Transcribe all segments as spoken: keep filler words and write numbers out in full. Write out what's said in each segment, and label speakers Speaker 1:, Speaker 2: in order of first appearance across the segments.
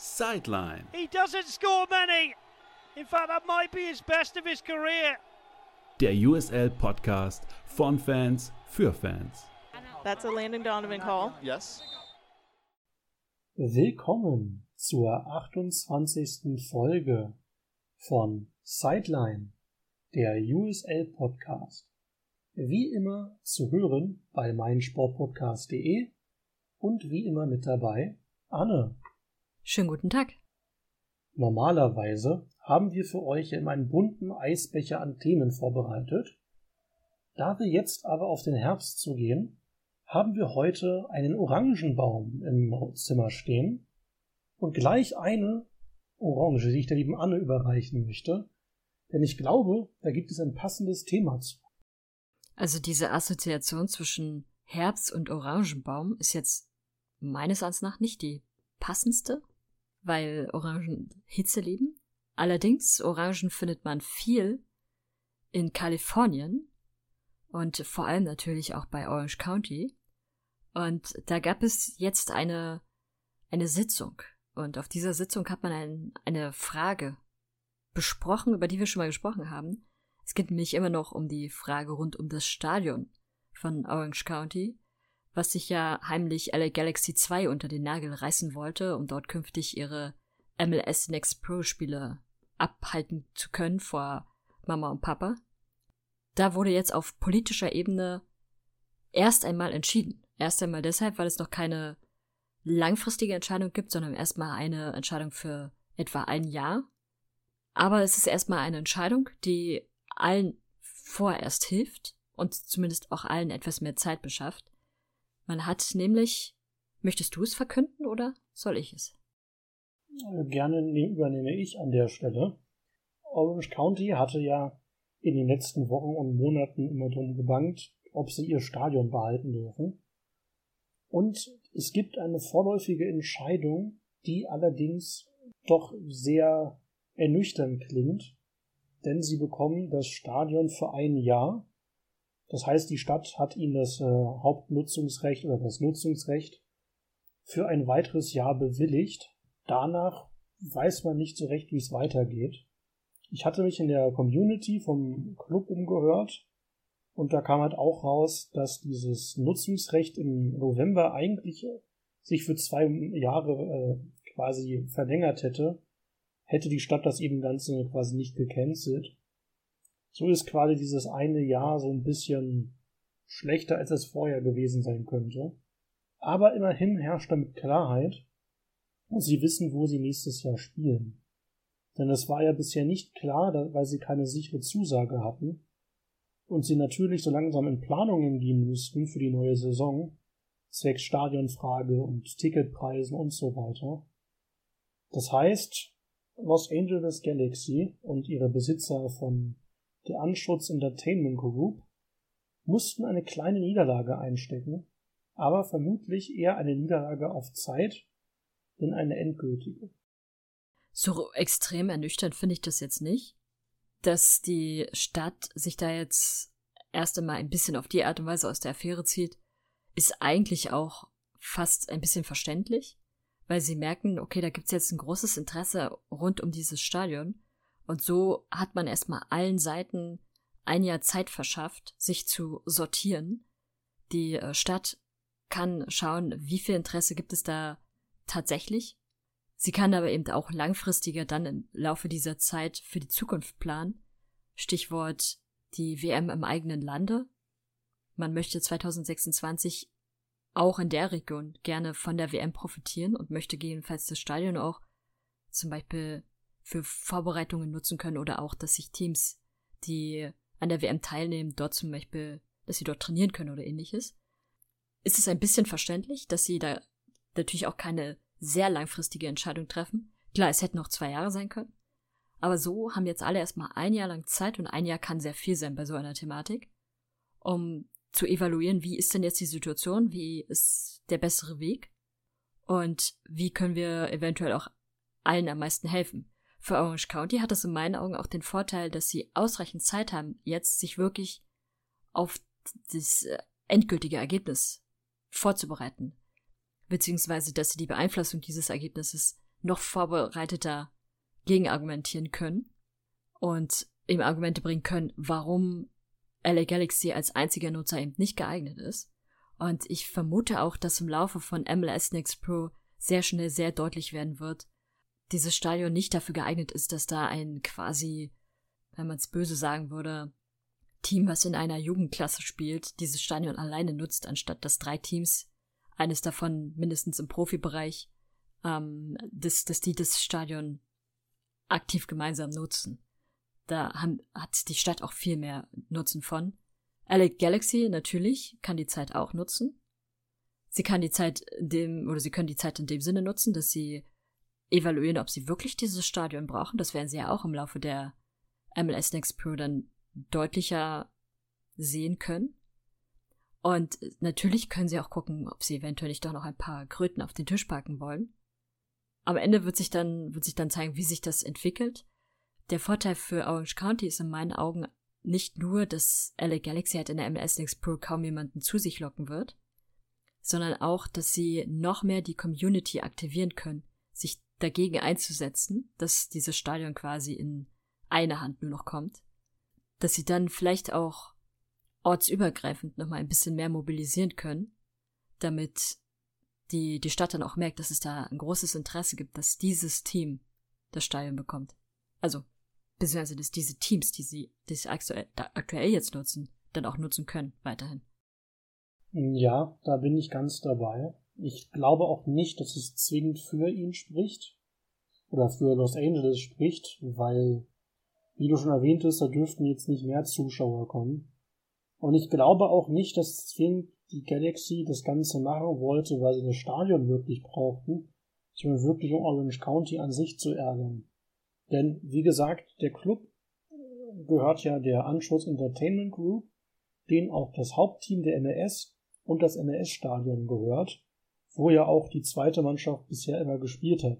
Speaker 1: Sideline.
Speaker 2: He doesn't score many. In fact, that might be his best of his career.
Speaker 1: Der U S L-Podcast von Fans für Fans.
Speaker 3: That's a Landon Donovan call.
Speaker 4: Yes.
Speaker 5: Willkommen zur achtundzwanzigsten Folge von Sideline, der U S L-Podcast. Wie immer zu hören bei meinsportpodcast punkt de und wie immer mit dabei Anne.
Speaker 6: Schönen guten Tag.
Speaker 5: Normalerweise haben wir für euch immer einen bunten Eisbecher an Themen vorbereitet. Da wir jetzt aber auf den Herbst zugehen, haben wir heute einen Orangenbaum im Zimmer stehen und gleich eine Orange, die ich der lieben Anne überreichen möchte, denn ich glaube, da gibt es ein passendes Thema zu.
Speaker 6: Also diese Assoziation zwischen Herbst und Orangenbaum ist jetzt meines Erachtens nach nicht die passendste, weil Orangen Hitze lieben. Allerdings, Orangen findet man viel in Kalifornien und vor allem natürlich auch bei Orange County. Und da gab es jetzt eine, eine Sitzung. Und auf dieser Sitzung hat man ein, eine Frage besprochen, über die wir schon mal gesprochen haben. Es geht nämlich immer noch um die Frage rund um das Stadion von Orange County, was sich ja heimlich L A Galaxy zwei unter den Nagel reißen wollte, um dort künftig ihre M L S Next Pro Spiele abhalten zu können vor Mama und Papa. Da wurde jetzt auf politischer Ebene erst einmal entschieden. Erst einmal deshalb, weil es noch keine langfristige Entscheidung gibt, sondern erstmal eine Entscheidung für etwa ein Jahr. Aber es ist erstmal eine Entscheidung, die allen vorerst hilft und zumindest auch allen etwas mehr Zeit beschafft. Man hat nämlich, möchtest du es verkünden oder soll ich es?
Speaker 5: Gerne übernehme ich an der Stelle. Orange County hatte ja in den letzten Wochen und Monaten immer drum gebangt, ob sie ihr Stadion behalten dürfen. Und es gibt eine vorläufige Entscheidung, die allerdings doch sehr ernüchternd klingt, denn sie bekommen das Stadion für ein Jahr. Das heißt, die Stadt hat ihnen das äh, Hauptnutzungsrecht oder das Nutzungsrecht für ein weiteres Jahr bewilligt. Danach weiß man nicht so recht, wie es weitergeht. Ich hatte mich in der Community vom Club umgehört und da kam halt auch raus, dass dieses Nutzungsrecht im November eigentlich sich für zwei Jahre äh, quasi verlängert hätte, hätte die Stadt das eben Ganze quasi nicht gecancelt. So ist quasi dieses eine Jahr so ein bisschen schlechter, als es vorher gewesen sein könnte. Aber immerhin herrscht damit Klarheit und sie wissen, wo sie nächstes Jahr spielen. Denn es war ja bisher nicht klar, weil sie keine sichere Zusage hatten und sie natürlich so langsam in Planungen gehen müssten für die neue Saison, zwecks Stadionfrage und Ticketpreisen und so weiter. Das heißt, Los Angeles Galaxy und ihre Besitzer von der Anschutz Entertainment Group mussten eine kleine Niederlage einstecken, aber vermutlich eher eine Niederlage auf Zeit, denn eine endgültige.
Speaker 6: So extrem ernüchternd finde ich das jetzt nicht, dass die Stadt sich da jetzt erst einmal ein bisschen auf die Art und Weise aus der Affäre zieht, ist eigentlich auch fast ein bisschen verständlich, weil sie merken, okay, da gibt's jetzt ein großes Interesse rund um dieses Stadion und so hat man erstmal allen Seiten ein Jahr Zeit verschafft, sich zu sortieren. Die Stadt kann schauen, wie viel Interesse gibt es da tatsächlich. Sie kann aber eben auch langfristiger dann im Laufe dieser Zeit für die Zukunft planen. Stichwort die W M im eigenen Lande. Man möchte zwanzig sechsundzwanzig auch in der Region gerne von der W M profitieren und möchte gegebenenfalls das Stadion auch zum Beispiel für Vorbereitungen nutzen können oder auch, dass sich Teams, die an der W M teilnehmen, dort zum Beispiel, dass sie dort trainieren können oder ähnliches. Ist es ein bisschen verständlich, dass sie da natürlich auch keine sehr langfristige Entscheidung treffen. Klar, es hätten noch zwei Jahre sein können. Aber so haben jetzt alle erstmal ein Jahr lang Zeit und ein Jahr kann sehr viel sein bei so einer Thematik, um zu evaluieren, wie ist denn jetzt die Situation, wie ist der bessere Weg und wie können wir eventuell auch allen am meisten helfen. Für Orange County hat das in meinen Augen auch den Vorteil, dass sie ausreichend Zeit haben, jetzt sich wirklich auf das endgültige Ergebnis vorzubereiten. Beziehungsweise, dass sie die Beeinflussung dieses Ergebnisses noch vorbereiteter gegenargumentieren können und eben Argumente bringen können, warum L A Galaxy als einziger Nutzer eben nicht geeignet ist. Und ich vermute auch, dass im Laufe von M L S Next Pro sehr schnell sehr deutlich werden wird, dieses Stadion nicht dafür geeignet ist, dass da ein quasi, wenn man es böse sagen würde, Team, was in einer Jugendklasse spielt, dieses Stadion alleine nutzt, anstatt dass drei Teams, eines davon mindestens im Profibereich, ähm, dass, dass die das Stadion aktiv gemeinsam nutzen. Da haben, hat die Stadt auch viel mehr Nutzen von. L A Galaxy natürlich kann die Zeit auch nutzen. Sie kann die Zeit in dem, oder sie können die Zeit in dem Sinne nutzen, dass sie evaluieren, ob sie wirklich dieses Stadion brauchen. Das werden sie ja auch im Laufe der M L S Next Pro dann deutlicher sehen können. Und natürlich können sie auch gucken, ob sie eventuell nicht doch noch ein paar Kröten auf den Tisch packen wollen. Am Ende wird sich dann, wird sich dann zeigen, wie sich das entwickelt. Der Vorteil für Orange County ist in meinen Augen nicht nur, dass L A Galaxy halt in der M L S Next Pro kaum jemanden zu sich locken wird, sondern auch, dass sie noch mehr die Community aktivieren können, sich dagegen einzusetzen, dass dieses Stadion quasi in eine Hand nur noch kommt. Dass sie dann vielleicht auch ortsübergreifend nochmal ein bisschen mehr mobilisieren können, damit die, die Stadt dann auch merkt, dass es da ein großes Interesse gibt, dass dieses Team das Stadion bekommt. Also, beziehungsweise, dass diese Teams, die sie, die sie aktuell, aktuell jetzt nutzen, dann auch nutzen können, weiterhin.
Speaker 5: Ja, da bin ich ganz dabei. Ich glaube auch nicht, dass es zwingend für ihn spricht oder für Los Angeles spricht, weil, wie du schon erwähntest, da dürften jetzt nicht mehr Zuschauer kommen. Und ich glaube auch nicht, dass zwingend die Galaxy das Ganze machen wollte, weil sie das Stadion wirklich brauchten, sondern wirklich um Orange County an sich zu ärgern. Denn, wie gesagt, der Club gehört ja der Anschluss Entertainment Group, denen auch das Hauptteam der M L S und das M L S-Stadion gehört, wo ja auch die zweite Mannschaft bisher immer gespielt hat.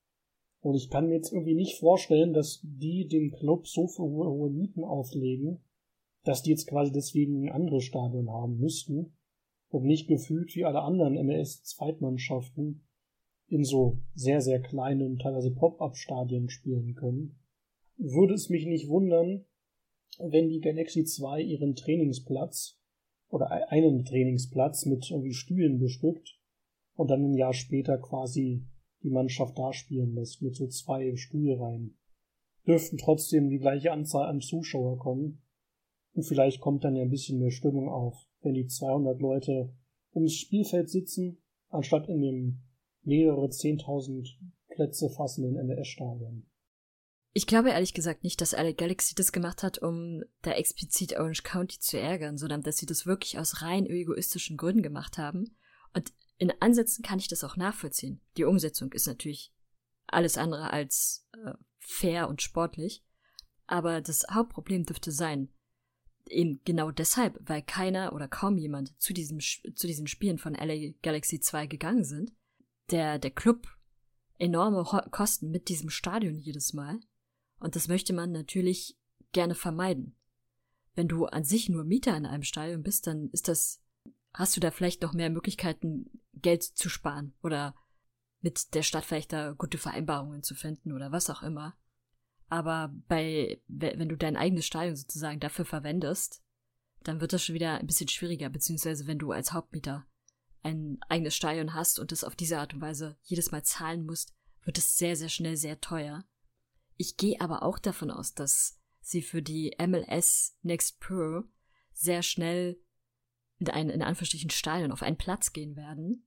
Speaker 5: Und ich kann mir jetzt irgendwie nicht vorstellen, dass die dem Club so viele hohe Mieten auflegen, dass die jetzt quasi deswegen ein anderes Stadion haben müssten und nicht gefühlt wie alle anderen M L S-Zweitmannschaften in so sehr, sehr kleinen, teilweise Pop-Up-Stadien spielen können. Würde es mich nicht wundern, wenn die Galaxy zwei ihren Trainingsplatz oder einen Trainingsplatz mit irgendwie Stühlen bestückt und dann ein Jahr später quasi die Mannschaft da spielen lässt mit so zwei Stuhlreihen. Dürften trotzdem die gleiche Anzahl an Zuschauer kommen und vielleicht kommt dann ja ein bisschen mehr Stimmung auf, wenn die zweihundert Leute ums Spielfeld sitzen, anstatt in dem mehrere zehntausend Plätze fassenden M L S-Stadion.
Speaker 6: Ich glaube ehrlich gesagt nicht, dass L A Galaxy das gemacht hat, um da explizit Orange County zu ärgern, sondern dass sie das wirklich aus rein egoistischen Gründen gemacht haben. Und in Ansätzen kann ich das auch nachvollziehen. Die Umsetzung ist natürlich alles andere als äh, fair und sportlich. Aber das Hauptproblem dürfte sein, eben genau deshalb, weil keiner oder kaum jemand zu diesem zu diesen Spielen von L A Galaxy zwei gegangen sind, der der Club enorme Kosten mit diesem Stadion jedes Mal. Und das möchte man natürlich gerne vermeiden. Wenn du an sich nur Mieter in einem Stadion bist, dann ist das, hast du da vielleicht noch mehr Möglichkeiten, Geld zu sparen oder mit der Stadt vielleicht da gute Vereinbarungen zu finden oder was auch immer. Aber bei, wenn du dein eigenes Stadion sozusagen dafür verwendest, dann wird das schon wieder ein bisschen schwieriger, beziehungsweise wenn du als Hauptmieter ein eigenes Stadion hast und es auf diese Art und Weise jedes Mal zahlen musst, wird es sehr, sehr schnell sehr teuer. Ich gehe aber auch davon aus, dass sie für die M L S Next Pro sehr schnell in ein, in Anführungsstrichen, Stadion auf einen Platz gehen werden,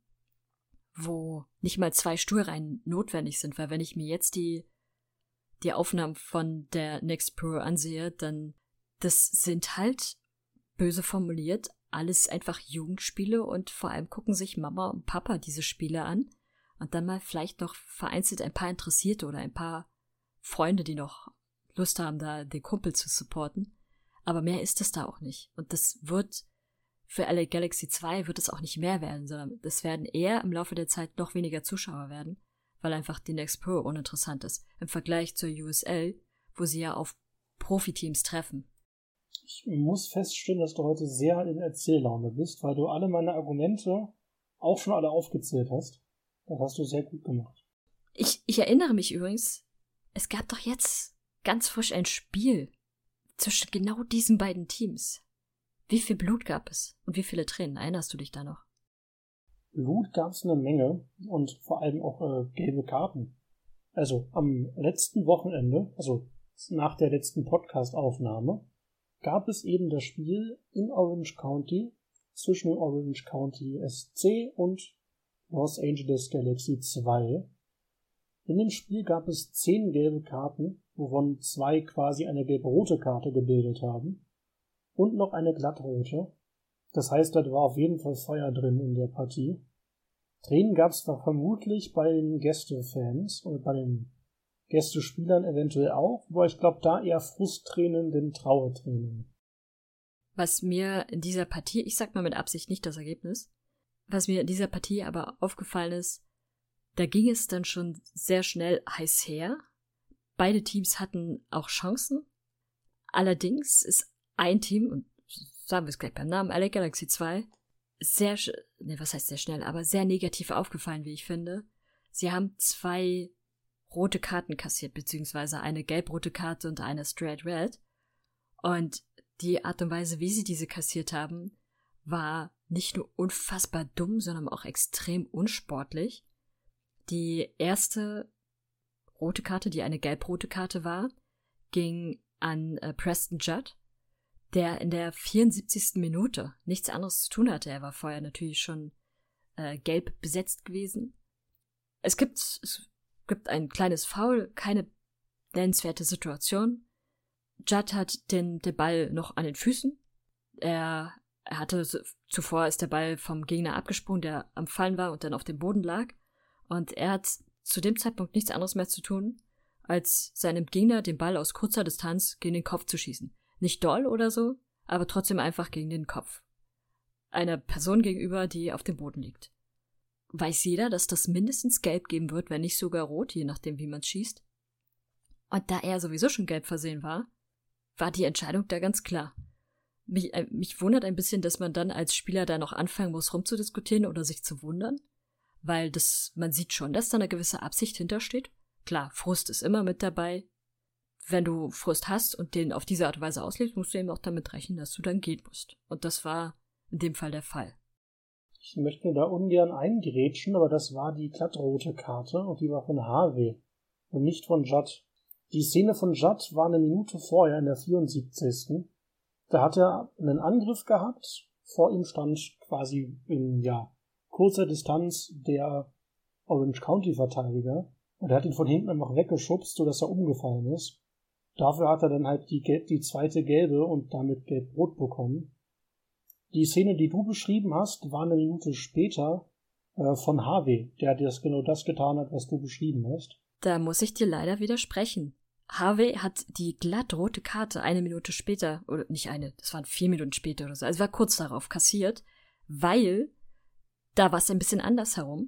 Speaker 6: wo nicht mal zwei Stuhlreihen notwendig sind, weil wenn ich mir jetzt die, die Aufnahmen von der Next Pro ansehe, dann das sind halt, böse formuliert, alles einfach Jugendspiele und vor allem gucken sich Mama und Papa diese Spiele an und dann mal vielleicht noch vereinzelt ein paar Interessierte oder ein paar Freunde, die noch Lust haben, da den Kumpel zu supporten. Aber mehr ist es da auch nicht. Und das wird für L A Galaxy zwei wird es auch nicht mehr werden, sondern es werden eher im Laufe der Zeit noch weniger Zuschauer werden, weil einfach die Next Pro uninteressant ist. Im Vergleich zur U S L, wo sie ja auf Profiteams treffen.
Speaker 5: Ich muss feststellen, dass du heute sehr in Erzähllaune bist, weil du alle meine Argumente auch schon alle aufgezählt hast. Das hast du sehr gut gemacht.
Speaker 6: Ich, ich erinnere mich übrigens, es gab doch jetzt ganz frisch ein Spiel zwischen genau diesen beiden Teams. Wie viel Blut gab es und wie viele Tränen? Erinnerst du dich da noch?
Speaker 5: Blut gab es eine Menge und vor allem auch äh, gelbe Karten. Also am letzten Wochenende, also nach der letzten Podcast-Aufnahme, gab es eben das Spiel in Orange County zwischen Orange County S C und Los Angeles Galaxy zwei. In dem Spiel gab es zehn gelbe Karten, wovon zwei quasi eine gelb-rote Karte gebildet haben und noch eine glattrote. Das heißt, da war auf jeden Fall Feuer drin in der Partie. Tränen gab es vermutlich bei den Gästefans und bei den Gästespielern eventuell auch, aber ich glaube, da eher Frusttränen denn Trauertränen.
Speaker 6: Was mir in dieser Partie, ich sag mal mit Absicht nicht das Ergebnis, was mir in dieser Partie aber aufgefallen ist, da ging es dann schon sehr schnell heiß her. Beide Teams hatten auch Chancen. Allerdings ist ein Team, und sagen wir es gleich beim Namen, L A Galaxy zwei, sehr, ne, was heißt sehr schnell, aber sehr negativ aufgefallen, wie ich finde. Sie haben zwei rote Karten kassiert, beziehungsweise eine gelb-rote Karte und eine straight red. Und die Art und Weise, wie sie diese kassiert haben, war nicht nur unfassbar dumm, sondern auch extrem unsportlich. Die erste rote Karte, die eine gelb-rote Karte war, ging an äh, Preston Judd, der in der vierundsiebzigsten Minute nichts anderes zu tun hatte. Er war vorher natürlich schon äh, gelb besetzt gewesen. Es gibt, es gibt ein kleines Foul, keine nennenswerte Situation. Judd hat den, den Ball noch an den Füßen. Er, er hatte zuvor ist der Ball vom Gegner abgesprungen, der am Fallen war und dann auf dem Boden lag. Und er hat zu dem Zeitpunkt nichts anderes mehr zu tun, als seinem Gegner den Ball aus kurzer Distanz gegen den Kopf zu schießen. Nicht doll oder so, aber trotzdem einfach gegen den Kopf. Einer Person gegenüber, die auf dem Boden liegt. Weiß jeder, dass das mindestens gelb geben wird, wenn nicht sogar rot, je nachdem wie man schießt. Und da er sowieso schon gelb versehen war, war die Entscheidung da ganz klar. Mich, äh, mich wundert ein bisschen, dass man dann als Spieler da noch anfangen muss, rumzudiskutieren oder sich zu wundern. Weil das, man sieht schon, dass da eine gewisse Absicht hintersteht. Klar, Frust ist immer mit dabei. Wenn du Frust hast und den auf diese Art und Weise auslebst, musst du eben auch damit rechnen, dass du dann gehen musst. Und das war in dem Fall der Fall.
Speaker 5: Ich möchte da ungern eingrätschen, aber das war die glattrote Karte und die war von Harvey und nicht von Judd. Die Szene von Judd war eine Minute vorher in der vierundsiebzigsten Da hat er einen Angriff gehabt. Vor ihm stand quasi in, ja, kurzer Distanz der Orange County Verteidiger und er hat ihn von hinten einfach weggeschubst, sodass er umgefallen ist. Dafür hat er dann halt die, die zweite gelbe und damit gelb-rot bekommen. Die Szene, die du beschrieben hast, war eine Minute später äh, von Harvey, der das, genau das getan hat, was du beschrieben hast.
Speaker 6: Da muss ich dir leider widersprechen. Harvey hat die glattrote Karte eine Minute später, oder nicht eine, das waren vier Minuten später oder so, also war kurz darauf kassiert, weil da war es ein bisschen anders herum.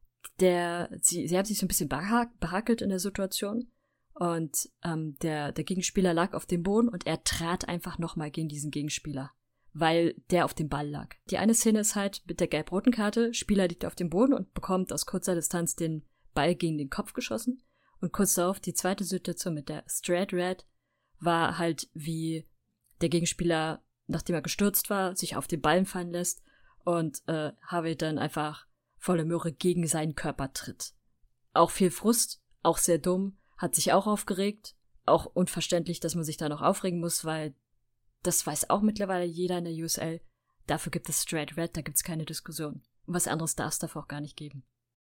Speaker 6: Der, sie, sie haben sich so ein bisschen behak- behakelt in der Situation und ähm, der, der Gegenspieler lag auf dem Boden und er trat einfach nochmal gegen diesen Gegenspieler, weil der auf dem Ball lag. Die eine Szene ist halt mit der gelb-roten Karte, Spieler liegt auf dem Boden und bekommt aus kurzer Distanz den Ball gegen den Kopf geschossen. Und kurz darauf die zweite Situation mit der Straight Red war halt, wie der Gegenspieler, nachdem er gestürzt war, sich auf den Ballen fallen lässt und äh, Harvey dann einfach volle Möhre gegen seinen Körper tritt. Auch viel Frust, auch sehr dumm, hat sich auch aufgeregt. Auch unverständlich, dass man sich da noch aufregen muss, weil das weiß auch mittlerweile jeder in der U S L. Dafür gibt es Straight Red, da gibt es keine Diskussion. Und was anderes darf es dafür auch gar nicht geben.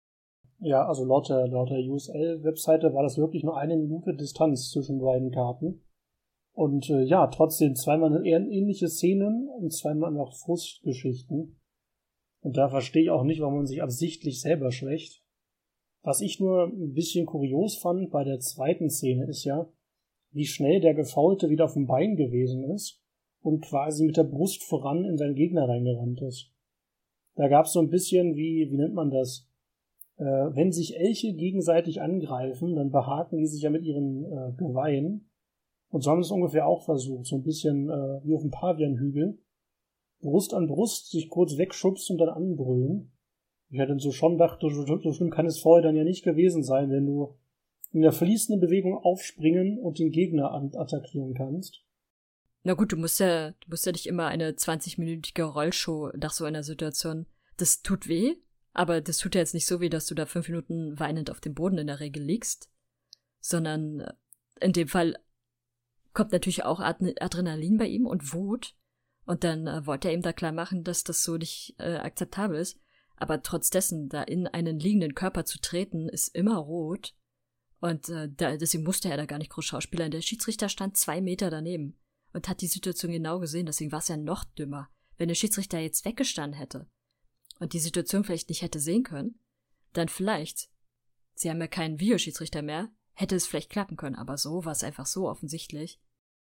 Speaker 5: Ja, also laut der, laut der U S L-Webseite war das wirklich nur eine Minute Distanz zwischen beiden Karten. Und äh, ja, trotzdem zweimal ähnliche Szenen und zweimal noch Frustgeschichten. Und da verstehe ich auch nicht, warum man sich absichtlich selber schwächt. Was ich nur ein bisschen kurios fand bei der zweiten Szene ist ja, wie schnell der Gefaulte wieder auf dem Bein gewesen ist und quasi mit der Brust voran in seinen Gegner reingerannt ist. Da gab es so ein bisschen wie, wie nennt man das? Äh, wenn sich Elche gegenseitig angreifen, dann behaken die sich ja mit ihren äh, Geweihen. Und so haben sie es ungefähr auch versucht, so ein bisschen äh, wie auf dem Pavianhügel. Brust an Brust, sich kurz wegschubst und dann anbrüllen. Ich dann so schon dachte, so, so schlimm kann es vorher dann ja nicht gewesen sein, wenn du in der fließenden Bewegung aufspringen und den Gegner attackieren kannst.
Speaker 6: Na gut, du musst ja, du musst ja nicht immer eine zwanzigminütige Rollshow nach so einer Situation. Das tut weh, aber das tut ja jetzt nicht so weh, dass du da fünf Minuten weinend auf dem Boden in der Regel liegst, sondern in dem Fall kommt natürlich auch Adrenalin bei ihm und Wut. Und dann äh, wollte er ihm da klar machen, dass das so nicht äh, akzeptabel ist. Aber trotz dessen, da in einen liegenden Körper zu treten, ist immer rot. Und äh, da, deswegen musste er da gar nicht groß schauspielern. Der Schiedsrichter stand zwei Meter daneben und hat die Situation genau gesehen. Deswegen war es ja noch dümmer. Wenn der Schiedsrichter jetzt weggestanden hätte und die Situation vielleicht nicht hätte sehen können, dann vielleicht, sie haben ja keinen Videoschiedsrichter mehr, hätte es vielleicht klappen können. Aber so war es einfach so offensichtlich.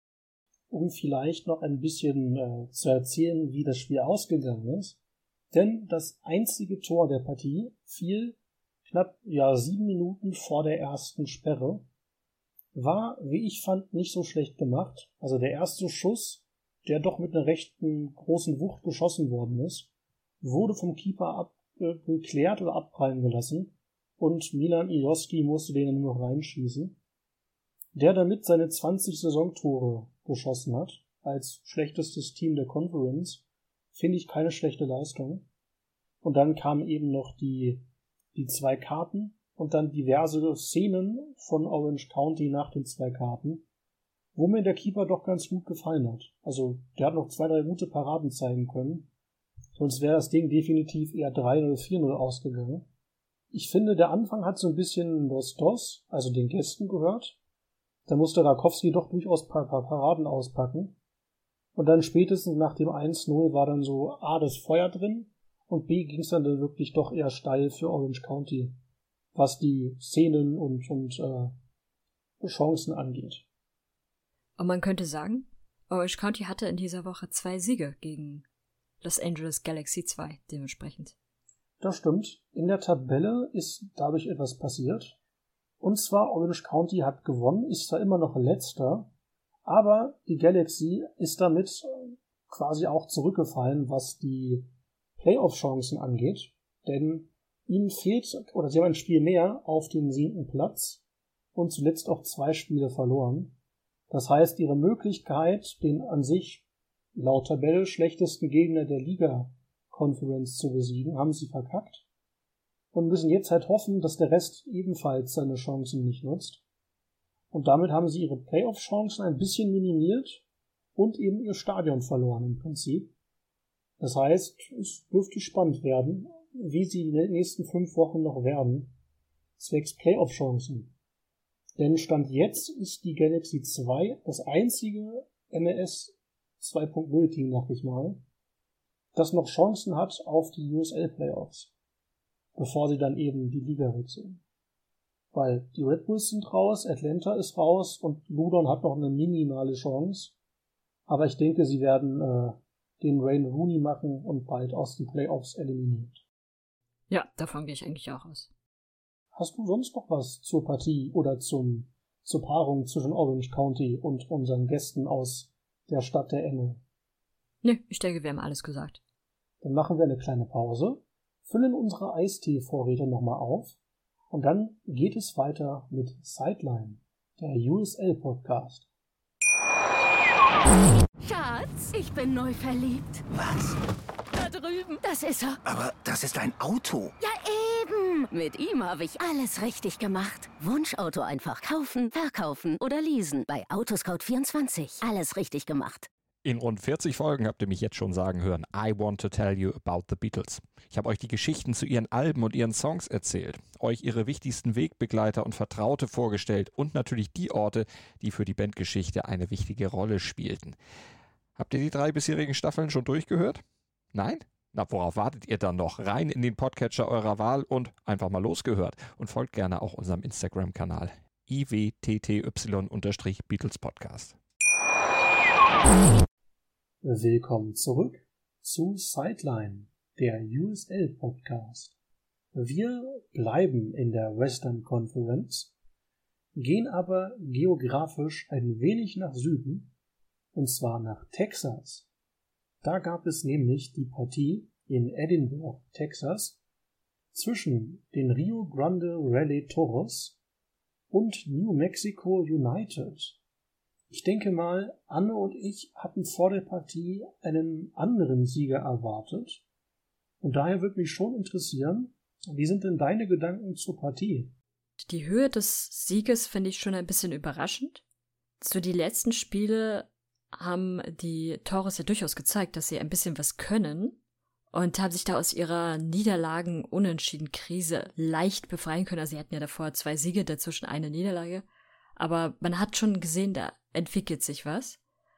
Speaker 5: Um vielleicht noch ein bisschen äh, zu erzählen, wie das Spiel ausgegangen ist. Denn das einzige Tor der Partie fiel knapp ja sieben Minuten vor der ersten Sperre. War, wie ich fand, nicht so schlecht gemacht. Also der erste Schuss, der doch mit einer rechten großen Wucht geschossen worden ist, wurde vom Keeper abgeklärt oder abprallen gelassen und Milan Ioski musste den nur noch reinschießen. Der damit seine zwanzig Saisontore geschossen hat, als schlechtestes Team der Conference, finde ich keine schlechte Leistung. Und dann kamen eben noch die, die zwei Karten und dann diverse Szenen von Orange County nach den zwei Karten, wo mir der Keeper doch ganz gut gefallen hat. Also der hat noch zwei, drei gute Paraden zeigen können. Sonst wäre das Ding definitiv eher drei null, vier null ausgegangen. Ich finde, der Anfang hat so ein bisschen Los Dos, also den Gästen, gehört. Da musste Rakowski doch durchaus ein paar, paar Paraden auspacken. Und dann spätestens nach dem eins null war dann so A, das Feuer drin und B, ging es dann, dann wirklich doch eher steil für Orange County, was die Szenen und, und äh, Chancen angeht.
Speaker 6: Und man könnte sagen, Orange County hatte in dieser Woche zwei Siege gegen Los Angeles Galaxy zwei, dementsprechend.
Speaker 5: Das stimmt. In der Tabelle ist dadurch etwas passiert. Und zwar Orange County hat gewonnen, ist zwar immer noch letzter, aber die Galaxy ist damit quasi auch zurückgefallen, was die Playoff-Chancen angeht. Denn ihnen fehlt, oder sie haben ein Spiel mehr auf den siebten Platz und zuletzt auch zwei Spiele verloren. Das heißt, ihre Möglichkeit, den an sich laut Tabelle schlechtesten Gegner der Liga-Conference zu besiegen, haben sie verkackt. Und müssen jetzt halt hoffen, dass der Rest ebenfalls seine Chancen nicht nutzt. Und damit haben sie ihre Playoff-Chancen ein bisschen minimiert und eben ihr Stadion verloren im Prinzip. Das heißt, es dürfte spannend werden, wie sie die nächsten fünf Wochen noch werden, zwecks Playoff-Chancen. Denn Stand jetzt ist die Galaxy zwei das einzige M L S zwei Punkt null Team, dachte ich mal, das noch Chancen hat auf die U S L-Playoffs, bevor sie dann eben die Liga wechseln. Weil die Red Bulls sind raus, Atlanta ist raus und Ludon hat noch eine minimale Chance. Aber ich denke, sie werden äh, den Wayne Rooney machen und bald aus den Playoffs eliminiert.
Speaker 6: Ja, davon gehe ich eigentlich auch aus.
Speaker 5: Hast du sonst noch was zur Partie oder zum, zur Paarung zwischen Orange County und unseren Gästen aus der Stadt der Engel?
Speaker 6: Nö, ich denke, wir haben alles gesagt.
Speaker 5: Dann machen wir eine kleine Pause, füllen unsere Eistee-Vorräte nochmal auf und dann geht es weiter mit Sideline, der U S L-Podcast.
Speaker 4: Schatz, ich bin neu verliebt.
Speaker 7: Was?
Speaker 4: Da drüben. Das ist er.
Speaker 7: Aber das ist ein Auto.
Speaker 4: Ja, eben. Mit ihm habe ich alles richtig gemacht. Wunschauto einfach kaufen, verkaufen oder leasen. Bei Autoscout vierundzwanzig. Alles richtig gemacht.
Speaker 8: In rund vierzig Folgen habt ihr mich jetzt schon sagen hören, I want to tell you about the Beatles. Ich habe euch die Geschichten zu ihren Alben und ihren Songs erzählt, euch ihre wichtigsten Wegbegleiter und Vertraute vorgestellt und natürlich die Orte, die für die Bandgeschichte eine wichtige Rolle spielten. Habt ihr die drei bisherigen Staffeln schon durchgehört? Nein? Na, worauf wartet ihr dann noch? Rein in den Podcatcher eurer Wahl und einfach mal losgehört. Und folgt gerne auch unserem Instagram-Kanal I W T T Y-Beatles Podcast.
Speaker 5: Willkommen zurück zu Sideline, der U S L-Podcast. Wir bleiben in der Western Conference, gehen aber geografisch ein wenig nach Süden, und zwar nach Texas. Da gab es nämlich die Partie in Edinburgh, Texas, zwischen den Rio Grande Rally Toros und New Mexico United. Ich denke mal, Anne und ich hatten vor der Partie einen anderen Sieger erwartet. Und daher würde mich schon interessieren, wie sind denn deine Gedanken zur Partie?
Speaker 6: Die Höhe des Sieges finde ich schon ein bisschen überraschend. So die letzten Spiele haben die Toros ja durchaus gezeigt, dass sie ein bisschen was können und haben sich da aus ihrer Niederlagen-Unentschieden-Krise leicht befreien können. Also sie hatten ja davor zwei Siege, dazwischen eine Niederlage. Aber man hat schon gesehen, da entwickelt sich was.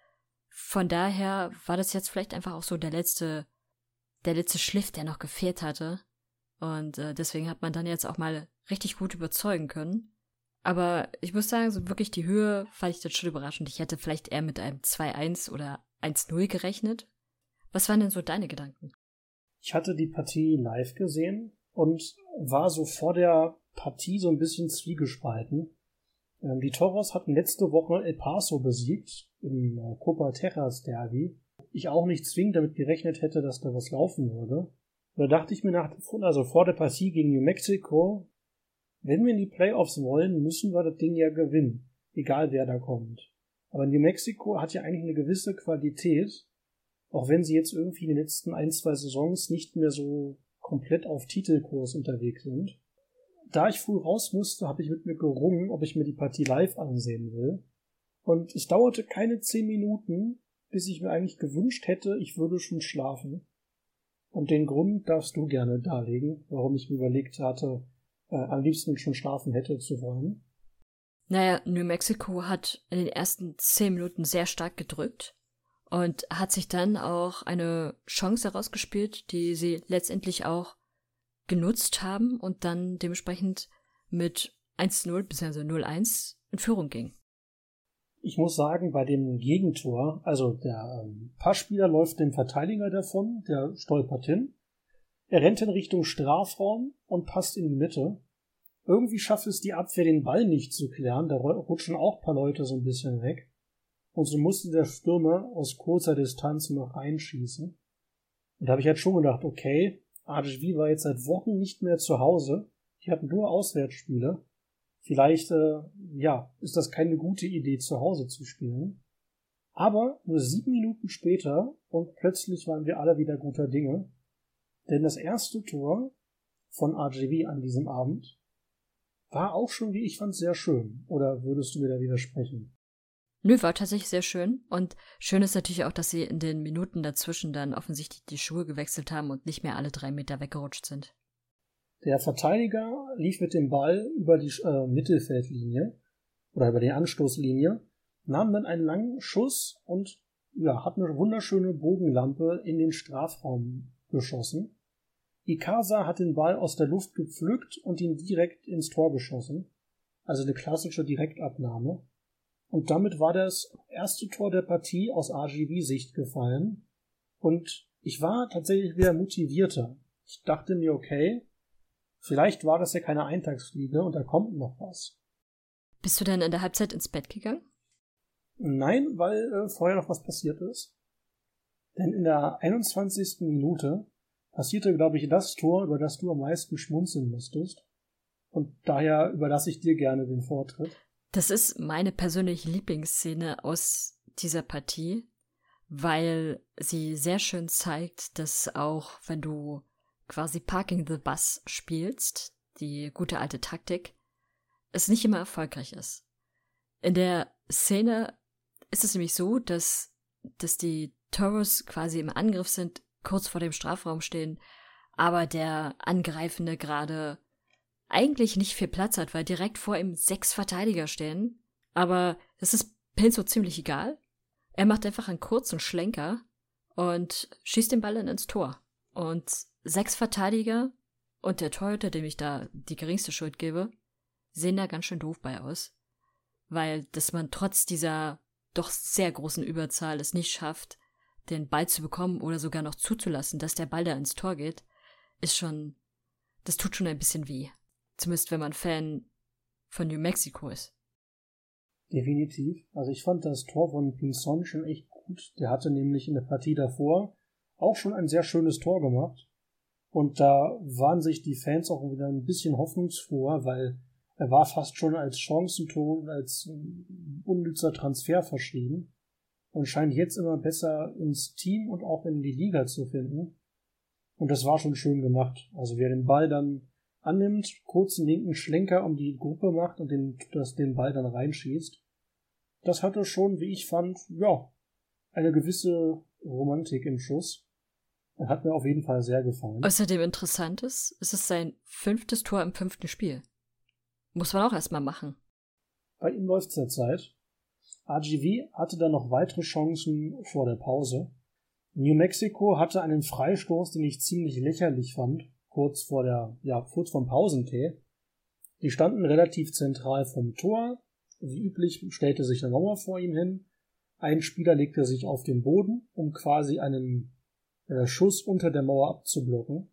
Speaker 6: Von daher war das jetzt vielleicht einfach auch so der letzte, der letzte Schliff, der noch gefehlt hatte. Und äh, deswegen hat man dann jetzt auch mal richtig gut überzeugen können. Aber ich muss sagen, so wirklich die Höhe fand ich dann schon überraschend. Ich hätte vielleicht eher mit einem zwei eins oder eins null gerechnet. Was waren denn so deine Gedanken?
Speaker 5: Ich hatte die Partie live gesehen und war so vor der Partie so ein bisschen zwiegespalten. Ähm, die Toros hatten letzte Woche El Paso besiegt im äh, Copa Texas Derby. Ich auch nicht zwingend damit gerechnet hätte, dass da was laufen würde. Da dachte ich mir nach, also vor der Partie gegen New Mexico, wenn wir in die Playoffs wollen, müssen wir das Ding ja gewinnen. Egal wer da kommt. Aber New Mexico hat ja eigentlich eine gewisse Qualität, auch wenn sie jetzt irgendwie in den letzten ein, zwei Saisons nicht mehr so komplett auf Titelkurs unterwegs sind. Da ich früh raus musste, habe ich mit mir gerungen, ob ich mir die Partie live ansehen will. Und es dauerte keine zehn Minuten, bis ich mir eigentlich gewünscht hätte, ich würde schon schlafen. Und den Grund darfst du gerne darlegen, warum ich mir überlegt hatte, äh, am liebsten schon schlafen hätte zu wollen.
Speaker 6: Naja, New Mexico hat in den ersten zehn Minuten sehr stark gedrückt und hat sich dann auch eine Chance herausgespielt, die sie letztendlich auch genutzt haben und dann dementsprechend mit eins null bzw. null eins in Führung ging.
Speaker 5: Ich muss sagen, bei dem Gegentor, also der ähm, Passspieler läuft dem Verteidiger davon, der stolpert hin. Er rennt in Richtung Strafraum und passt in die Mitte. Irgendwie schafft es die Abwehr, den Ball nicht zu klären. Da rutschen auch ein paar Leute so ein bisschen weg. Und so musste der Stürmer aus kurzer Distanz noch reinschießen. Und da habe ich halt schon gedacht, okay, A D V war jetzt seit Wochen nicht mehr zu Hause. Die hatten nur Auswärtsspiele. Vielleicht, äh, ja, ist das keine gute Idee, zu Hause zu spielen. Aber nur sieben Minuten später und plötzlich waren wir alle wieder guter Dinge. Denn das erste Tor von R G V an diesem Abend war auch schon, wie ich fand, sehr schön. Oder würdest du mir da widersprechen?
Speaker 6: Nö, war tatsächlich sehr schön. Und schön ist natürlich auch, dass sie in den Minuten dazwischen dann offensichtlich die Schuhe gewechselt haben und nicht mehr alle drei Meter weggerutscht sind.
Speaker 5: Der Verteidiger lief mit dem Ball über die äh, Mittelfeldlinie oder über die Anstoßlinie, nahm dann einen langen Schuss und ja, hat eine wunderschöne Bogenlampe in den Strafraum geschossen. Icaza hat den Ball aus der Luft gepflückt und ihn direkt ins Tor geschossen. Also eine klassische Direktabnahme. Und damit war das erste Tor der Partie aus R G V-Sicht gefallen. Und ich war tatsächlich wieder motivierter. Ich dachte mir, okay, vielleicht war das ja keine Eintagsfliege und da kommt noch was.
Speaker 6: Bist du denn in der Halbzeit ins Bett gegangen?
Speaker 5: Nein, weil äh, vorher noch was passiert ist. Denn in der einundzwanzigsten Minute passierte, glaube ich, das Tor, über das du am meisten schmunzeln musstest. Und daher überlasse ich dir gerne den Vortritt.
Speaker 6: Das ist meine persönliche Lieblingsszene aus dieser Partie, weil sie sehr schön zeigt, dass auch wenn du quasi Parking the Bus spielst, die gute alte Taktik, es nicht immer erfolgreich ist. In der Szene ist es nämlich so, dass, dass die Toros quasi im Angriff sind, kurz vor dem Strafraum stehen, aber der Angreifende gerade eigentlich nicht viel Platz hat, weil direkt vor ihm sechs Verteidiger stehen. Aber das ist Pinso ziemlich egal. Er macht einfach einen kurzen Schlenker und schießt den Ball dann ins Tor. Und sechs Verteidiger und der Torhüter, dem ich da die geringste Schuld gebe, sehen da ganz schön doof bei aus. Weil, dass man trotz dieser doch sehr großen Überzahl es nicht schafft, den Ball zu bekommen oder sogar noch zuzulassen, dass der Ball da ins Tor geht, ist schon, das tut schon ein bisschen weh. Zumindest wenn man Fan von New Mexico ist.
Speaker 5: Definitiv. Also ich fand das Tor von Pinzon schon echt gut. Der hatte nämlich in der Partie davor auch schon ein sehr schönes Tor gemacht. Und da waren sich die Fans auch wieder ein bisschen hoffnungsfroher, weil er war fast schon als Chancentor und als unnützer Transfer verschrieben und scheint jetzt immer besser ins Team und auch in die Liga zu finden. Und das war schon schön gemacht. Also wer den Ball dann annimmt, kurzen linken Schlenker um die Gruppe macht und den, das, den Ball dann reinschießt, das hatte schon, wie ich fand, ja, eine gewisse Romantik im Schuss. Hat mir auf jeden Fall sehr gefallen.
Speaker 6: Außerdem interessant ist, es ist sein fünftes Tor im fünften Spiel. Muss man auch erstmal machen.
Speaker 5: Bei ihm läuft es derzeit. R G V hatte dann noch weitere Chancen vor der Pause. New Mexico hatte einen Freistoß, den ich ziemlich lächerlich fand, kurz vor der, ja, kurz vorm Pausentee. Die standen relativ zentral vom Tor. Wie üblich stellte sich eine Mauer vor ihm hin. Ein Spieler legte sich auf den Boden, um quasi einen äh, Schuss unter der Mauer abzublocken.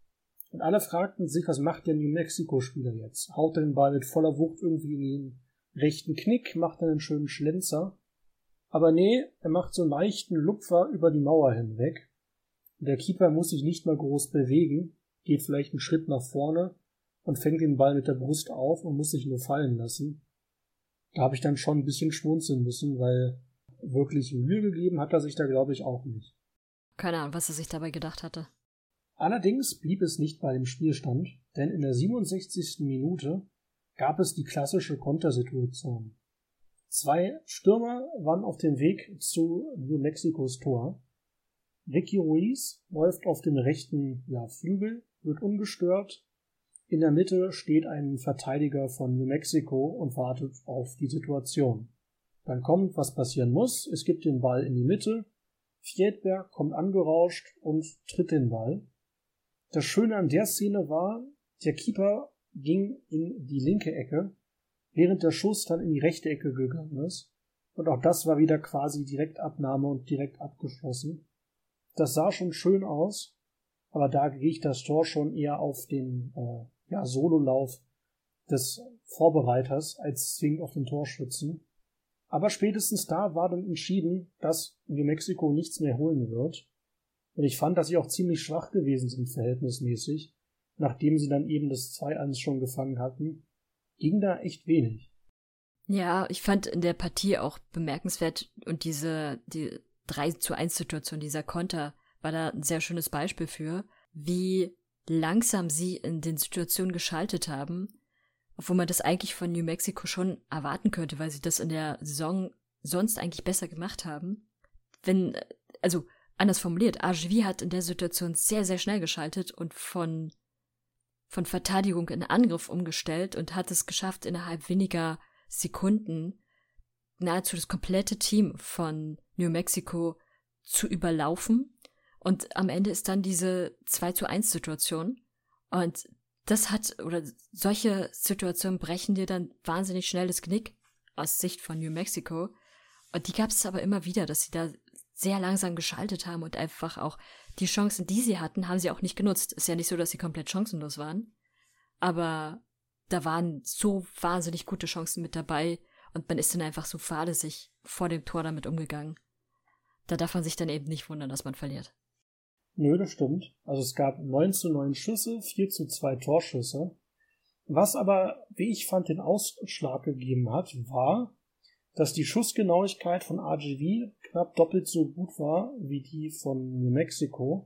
Speaker 5: Und alle fragten sich, was macht der New Mexico-Spieler jetzt? Haut er den Ball mit voller Wucht irgendwie in den rechten Knick, macht einen schönen Schlenzer. Aber nee, er macht so einen leichten Lupfer über die Mauer hinweg. Der Keeper muss sich nicht mal groß bewegen, geht vielleicht einen Schritt nach vorne und fängt den Ball mit der Brust auf und muss sich nur fallen lassen. Da habe ich dann schon ein bisschen schmunzeln müssen, weil wirklich Mühe gegeben hat er sich da, glaube ich, auch nicht.
Speaker 6: Keine Ahnung, was er sich dabei gedacht hatte.
Speaker 5: Allerdings blieb es nicht bei dem Spielstand, denn in der siebenundsechzigsten Minute gab es die klassische Kontersituation. Zwei Stürmer waren auf dem Weg zu New Mexicos Tor. Ricky Ruiz läuft auf dem rechten ja, Flügel, wird ungestört. In der Mitte steht ein Verteidiger von New Mexico und wartet auf die Situation. Dann kommt, was passieren muss. Es gibt den Ball in die Mitte. Fjedberg kommt angerauscht und tritt den Ball. Das Schöne an der Szene war, der Keeper ging in die linke Ecke, während der Schuss dann in die rechte Ecke gegangen ist. Und auch das war wieder quasi Direktabnahme und direkt abgeschlossen. Das sah schon schön aus, aber da gehe ich das Tor schon eher auf den äh, ja, Sololauf des Vorbereiters als zwingend auf den Torschützen. Aber spätestens da war dann entschieden, dass New Mexico nichts mehr holen wird. Und ich fand, dass sie auch ziemlich schwach gewesen sind verhältnismäßig. Nachdem sie dann eben das zwei eins schon gefangen hatten, ging da echt wenig.
Speaker 6: Ja, ich fand in der Partie auch bemerkenswert und diese die drei zu eins Situation, dieser Konter, war da ein sehr schönes Beispiel für, wie langsam sie in den Situationen geschaltet haben, obwohl man das eigentlich von New Mexico schon erwarten könnte, weil sie das in der Saison sonst eigentlich besser gemacht haben. Wenn, also anders formuliert, R G V hat in der Situation sehr, sehr schnell geschaltet und von, von Verteidigung in Angriff umgestellt und hat es geschafft, innerhalb weniger Sekunden nahezu das komplette Team von New Mexico zu überlaufen. Und am Ende ist dann diese zwei zu eins Situation. Und das hat, oder solche Situationen brechen dir dann wahnsinnig schnell das Knick aus Sicht von New Mexico. Und die gab es aber immer wieder, dass sie da sehr langsam geschaltet haben und einfach auch die Chancen, die sie hatten, haben sie auch nicht genutzt. Ist ja nicht so, dass sie komplett chancenlos waren. Aber da waren so wahnsinnig gute Chancen mit dabei und man ist dann einfach so fahrlässig vor dem Tor damit umgegangen. Da darf man sich dann eben nicht wundern, dass man verliert.
Speaker 5: Nö, das stimmt. Also es gab neun zu neun Schüsse, vier zu zwei Torschüsse. Was aber, wie ich fand, den Ausschlag gegeben hat, war, dass die Schussgenauigkeit von R G V knapp doppelt so gut war wie die von New Mexico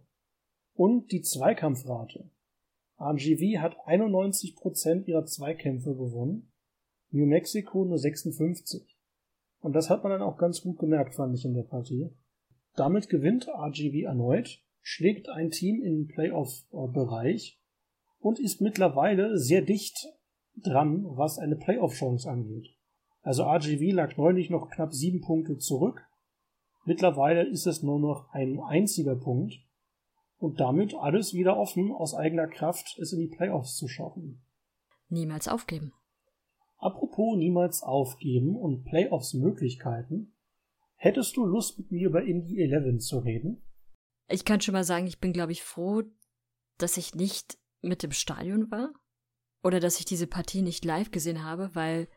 Speaker 5: und die Zweikampfrate. R G V hat einundneunzig Prozent ihrer Zweikämpfe gewonnen, New Mexico nur sechsundfünfzig. Und das hat man dann auch ganz gut gemerkt, fand ich in der Partie. Damit gewinnt R G V erneut, schlägt ein Team in den Playoff-Bereich und ist mittlerweile sehr dicht dran, was eine Playoff-Chance angeht. Also R G V lag neulich noch knapp sieben Punkte zurück. Mittlerweile ist es nur noch ein einziger Punkt. Und damit alles wieder offen, aus eigener Kraft es in die Playoffs zu schaffen.
Speaker 6: Niemals aufgeben.
Speaker 5: Apropos niemals aufgeben und Playoffs-Möglichkeiten. Hättest du Lust, mit mir über Indy elf zu reden?
Speaker 6: Ich kann schon mal sagen, ich bin, glaube ich, froh, dass ich nicht mit im Stadion war. Oder dass ich diese Partie nicht live gesehen habe, weil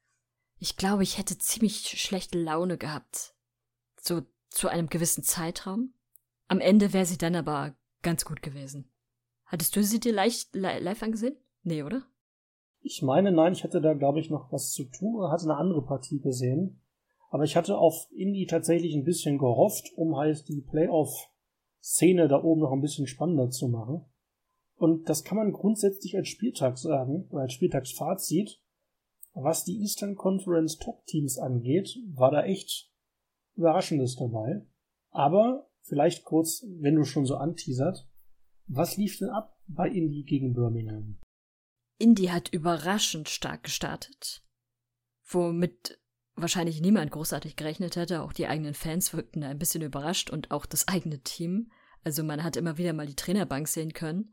Speaker 6: ich glaube, ich hätte ziemlich schlechte Laune gehabt. So zu einem gewissen Zeitraum. Am Ende wäre sie dann aber ganz gut gewesen. Hattest du sie dir leicht, li- live angesehen? Nee, oder?
Speaker 5: Ich meine, nein, ich hatte da, glaube ich, noch was zu tun oder hatte eine andere Partie gesehen. Aber ich hatte auf Indy tatsächlich ein bisschen gehofft, um halt die Playoff-Szene da oben noch ein bisschen spannender zu machen. Und das kann man grundsätzlich als Spieltag sagen, oder als Spieltagsfazit. Was die Eastern Conference Top-Teams angeht, war da echt Überraschendes dabei. Aber vielleicht kurz, wenn du schon so anteasert, was lief denn ab bei Indy gegen Birmingham?
Speaker 6: Indy hat überraschend stark gestartet, womit wahrscheinlich niemand großartig gerechnet hätte. Auch die eigenen Fans wirkten da ein bisschen überrascht und auch das eigene Team. Also man hat immer wieder mal die Trainerbank sehen können.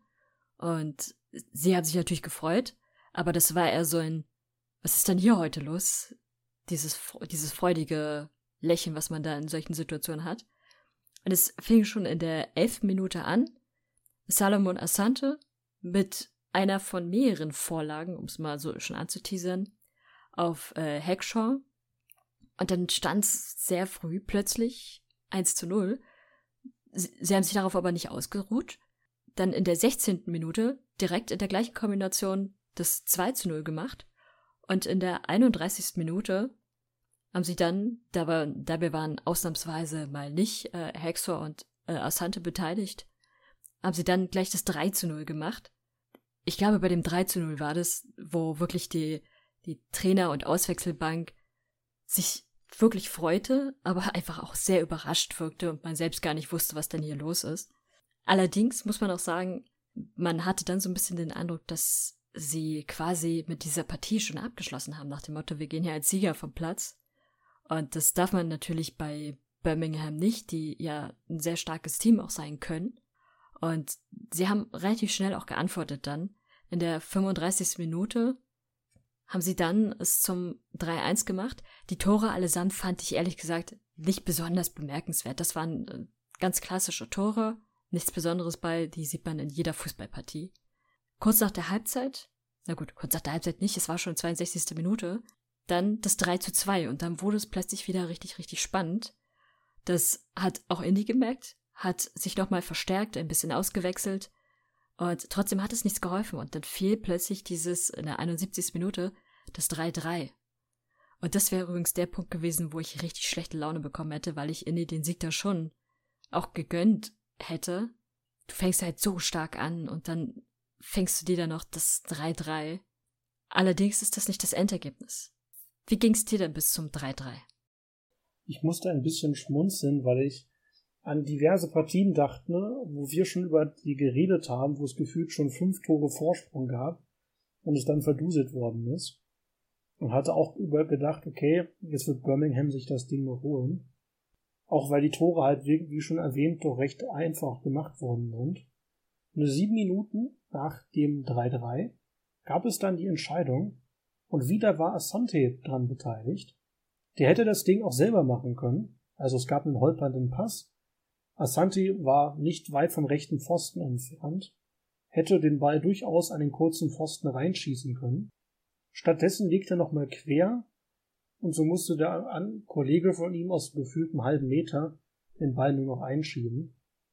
Speaker 6: Und sie hat sich natürlich gefreut, aber das war eher so ein, was ist denn hier heute los? Dieses, dieses freudige Lächeln, was man da in solchen Situationen hat. Und es fing schon in der elften Minute an. Salomon Asante mit einer von mehreren Vorlagen, um es mal so schon anzuteasern, auf äh, Hackshaw. Und dann stand es sehr früh plötzlich eins zu null. Sie, sie haben sich darauf aber nicht ausgeruht. Dann in der sechzehnten Minute direkt in der gleichen Kombination das zwei zu null gemacht. Und in der einunddreißigsten Minute haben sie dann, dabei, dabei waren ausnahmsweise mal nicht äh, Hackshaw und äh, Asante beteiligt, haben sie dann gleich das drei zu null gemacht. Ich glaube, bei dem drei zu null war das, wo wirklich die, die Trainer- und Auswechselbank sich wirklich freute, aber einfach auch sehr überrascht wirkte und man selbst gar nicht wusste, was denn hier los ist. Allerdings muss man auch sagen, man hatte dann so ein bisschen den Eindruck, dass sie quasi mit dieser Partie schon abgeschlossen haben, nach dem Motto, wir gehen hier als Sieger vom Platz. Und das darf man natürlich bei Birmingham nicht, die ja ein sehr starkes Team auch sein können. Und sie haben relativ schnell auch geantwortet dann. In der fünfunddreißigsten Minute haben sie dann es zum drei eins gemacht. Die Tore allesamt fand ich ehrlich gesagt nicht besonders bemerkenswert. Das waren ganz klassische Tore, nichts Besonderes bei, die sieht man in jeder Fußballpartie. Kurz nach der Halbzeit, na gut, kurz nach der Halbzeit nicht, es war schon zweiundsechzigste Minute, dann das drei zu zwei und dann wurde es plötzlich wieder richtig, richtig spannend. Das hat auch Indy gemerkt, hat sich nochmal verstärkt, ein bisschen ausgewechselt und trotzdem hat es nichts geholfen und dann fiel plötzlich dieses, in der einundsiebzigsten Minute, das drei drei. Und das wäre übrigens der Punkt gewesen, wo ich richtig schlechte Laune bekommen hätte, weil ich Indy den Sieg da schon auch gegönnt hätte. Du fängst halt so stark an und dann fängst du dir dann noch das drei drei. Allerdings ist das nicht das Endergebnis. Wie ging's dir denn bis zum drei drei?
Speaker 5: Ich musste ein bisschen schmunzeln, weil ich an diverse Partien dachte, wo wir schon über die geredet haben, wo es gefühlt schon fünf Tore Vorsprung gab und es dann verduselt worden ist. Und hatte auch über gedacht, okay, jetzt wird Birmingham sich das Ding noch holen. Auch weil die Tore halt, wie schon erwähnt, doch recht einfach gemacht worden sind. Nur sieben Minuten nach dem drei drei gab es dann die Entscheidung und wieder war Asante dran beteiligt. Der hätte das Ding auch selber machen können. Also es gab einen holpernden Pass. Asante war nicht weit vom rechten Pfosten entfernt, hätte den Ball durchaus an den kurzen Pfosten reinschießen können. Stattdessen legte er nochmal quer und so musste der ein Kollege von ihm aus gefühltem halben Meter den Ball nur noch einschieben.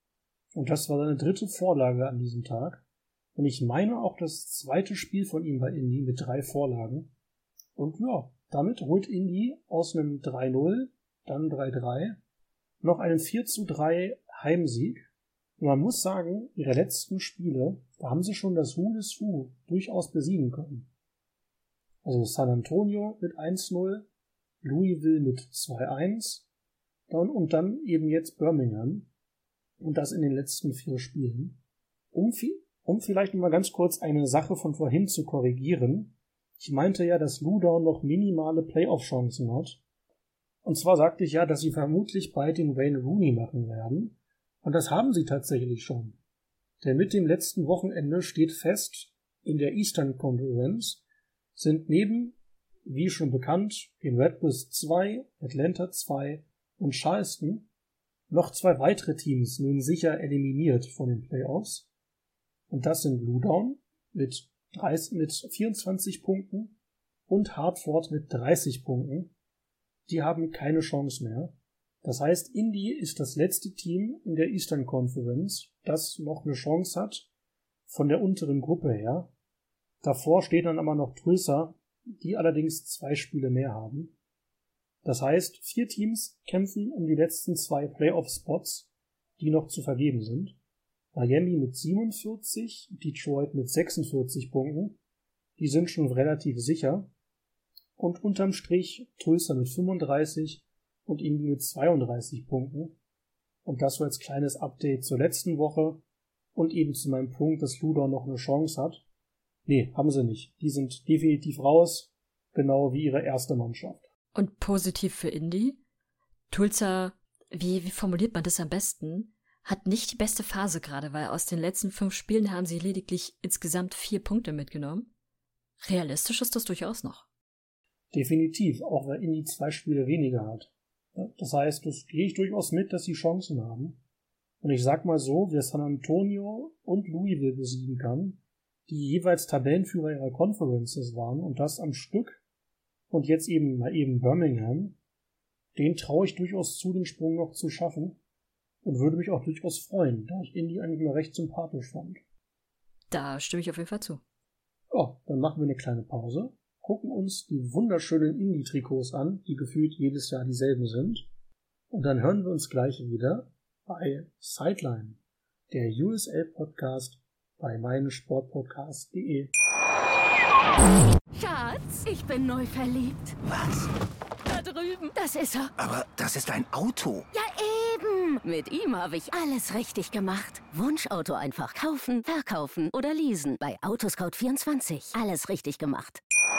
Speaker 5: Und das war seine dritte Vorlage an diesem Tag. Und ich meine auch das zweite Spiel von ihm bei Indy mit drei Vorlagen. Und ja, damit holt Indy aus einem drei null, dann drei drei, noch einen vier zu drei Heimsieg. Und man muss sagen, ihre letzten Spiele, da haben sie schon das Who is Who durchaus besiegen können. Also San Antonio mit eins null, Louisville mit zwei eins dann, und dann eben jetzt Birmingham. Und das in den letzten vier Spielen. Um, um vielleicht mal ganz kurz eine Sache von vorhin zu korrigieren. Ich meinte ja, dass Loudoun noch minimale Playoff-Chancen hat. Und zwar sagte ich ja, dass sie vermutlich bald den Wayne Rooney machen werden. Und das haben sie tatsächlich schon. Denn mit dem letzten Wochenende steht fest, in der Eastern Conference sind neben, wie schon bekannt, den Red Bulls zwei, Atlanta zwei und Charleston noch zwei weitere Teams nun sicher eliminiert von den Playoffs. Und das sind Loudoun mit, dreißig, mit vierundzwanzig Punkten und Hartford mit dreißig Punkten. Die haben keine Chance mehr. Das heißt, Indy ist das letzte Team in der Eastern Conference, das noch eine Chance hat, von der unteren Gruppe her. Davor stehen dann aber noch Tulsa, die allerdings zwei Spiele mehr haben. Das heißt, vier Teams kämpfen um die letzten zwei Playoff-Spots, die noch zu vergeben sind. Miami mit siebenundvierzig, Detroit mit sechsundvierzig Punkten. Die sind schon relativ sicher. Und unterm Strich Tulsa mit fünfunddreißig und Indy mit zweiunddreißig Punkten. Und das so als kleines Update zur letzten Woche und eben zu meinem Punkt, dass Ludor noch eine Chance hat. Nee, haben sie nicht. Die sind definitiv raus, genau wie ihre erste Mannschaft.
Speaker 6: Und positiv für Indy. Tulsa, wie, wie formuliert man das am besten, hat nicht die beste Phase gerade, weil aus den letzten fünf Spielen haben sie lediglich insgesamt vier Punkte mitgenommen. Realistisch ist das durchaus noch.
Speaker 5: Definitiv, auch weil Indy zwei Spiele weniger hat. Das heißt, das gehe ich durchaus mit, dass sie Chancen haben. Und ich sag mal so, wer San Antonio und Louisville besiegen kann, die jeweils Tabellenführer ihrer Conferences waren und das am Stück, und jetzt eben mal eben Birmingham, den traue ich durchaus zu, den Sprung noch zu schaffen und würde mich auch durchaus freuen, da ich Indy eigentlich mal recht sympathisch fand.
Speaker 6: Da stimme ich auf jeden Fall zu.
Speaker 5: Oh, dann machen wir eine kleine Pause, gucken uns die wunderschönen Indy-Trikots an, die gefühlt jedes Jahr dieselben sind, und dann hören wir uns gleich wieder bei Sideline, der U S L-Podcast bei meinsportpodcast punkt de.
Speaker 4: Schatz, ich bin neu verliebt.
Speaker 7: Was?
Speaker 4: Da drüben. Das ist er.
Speaker 7: Aber das ist ein Auto.
Speaker 4: Ja, eben. Mit ihm habe ich alles richtig gemacht. Wunschauto einfach kaufen, verkaufen oder leasen. Bei Autoscout vierundzwanzig. Alles richtig gemacht.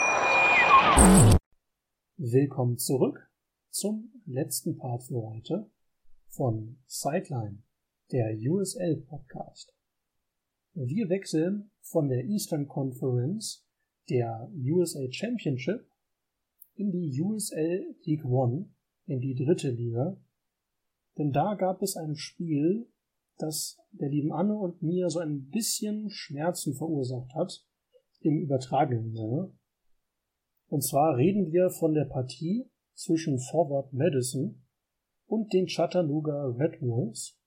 Speaker 5: Willkommen zurück zum letzten Part für heute von Sideline, der U S L-Podcast. Wir wechseln von der Eastern Conference, der U S A Championship, in die U S L League One, in die dritte Liga. Denn da gab es ein Spiel, das der lieben Anne und mir so ein bisschen Schmerzen verursacht hat, im übertragenen Sinne. Und zwar reden wir von der Partie zwischen Forward Madison und den Chattanooga Red Wolves.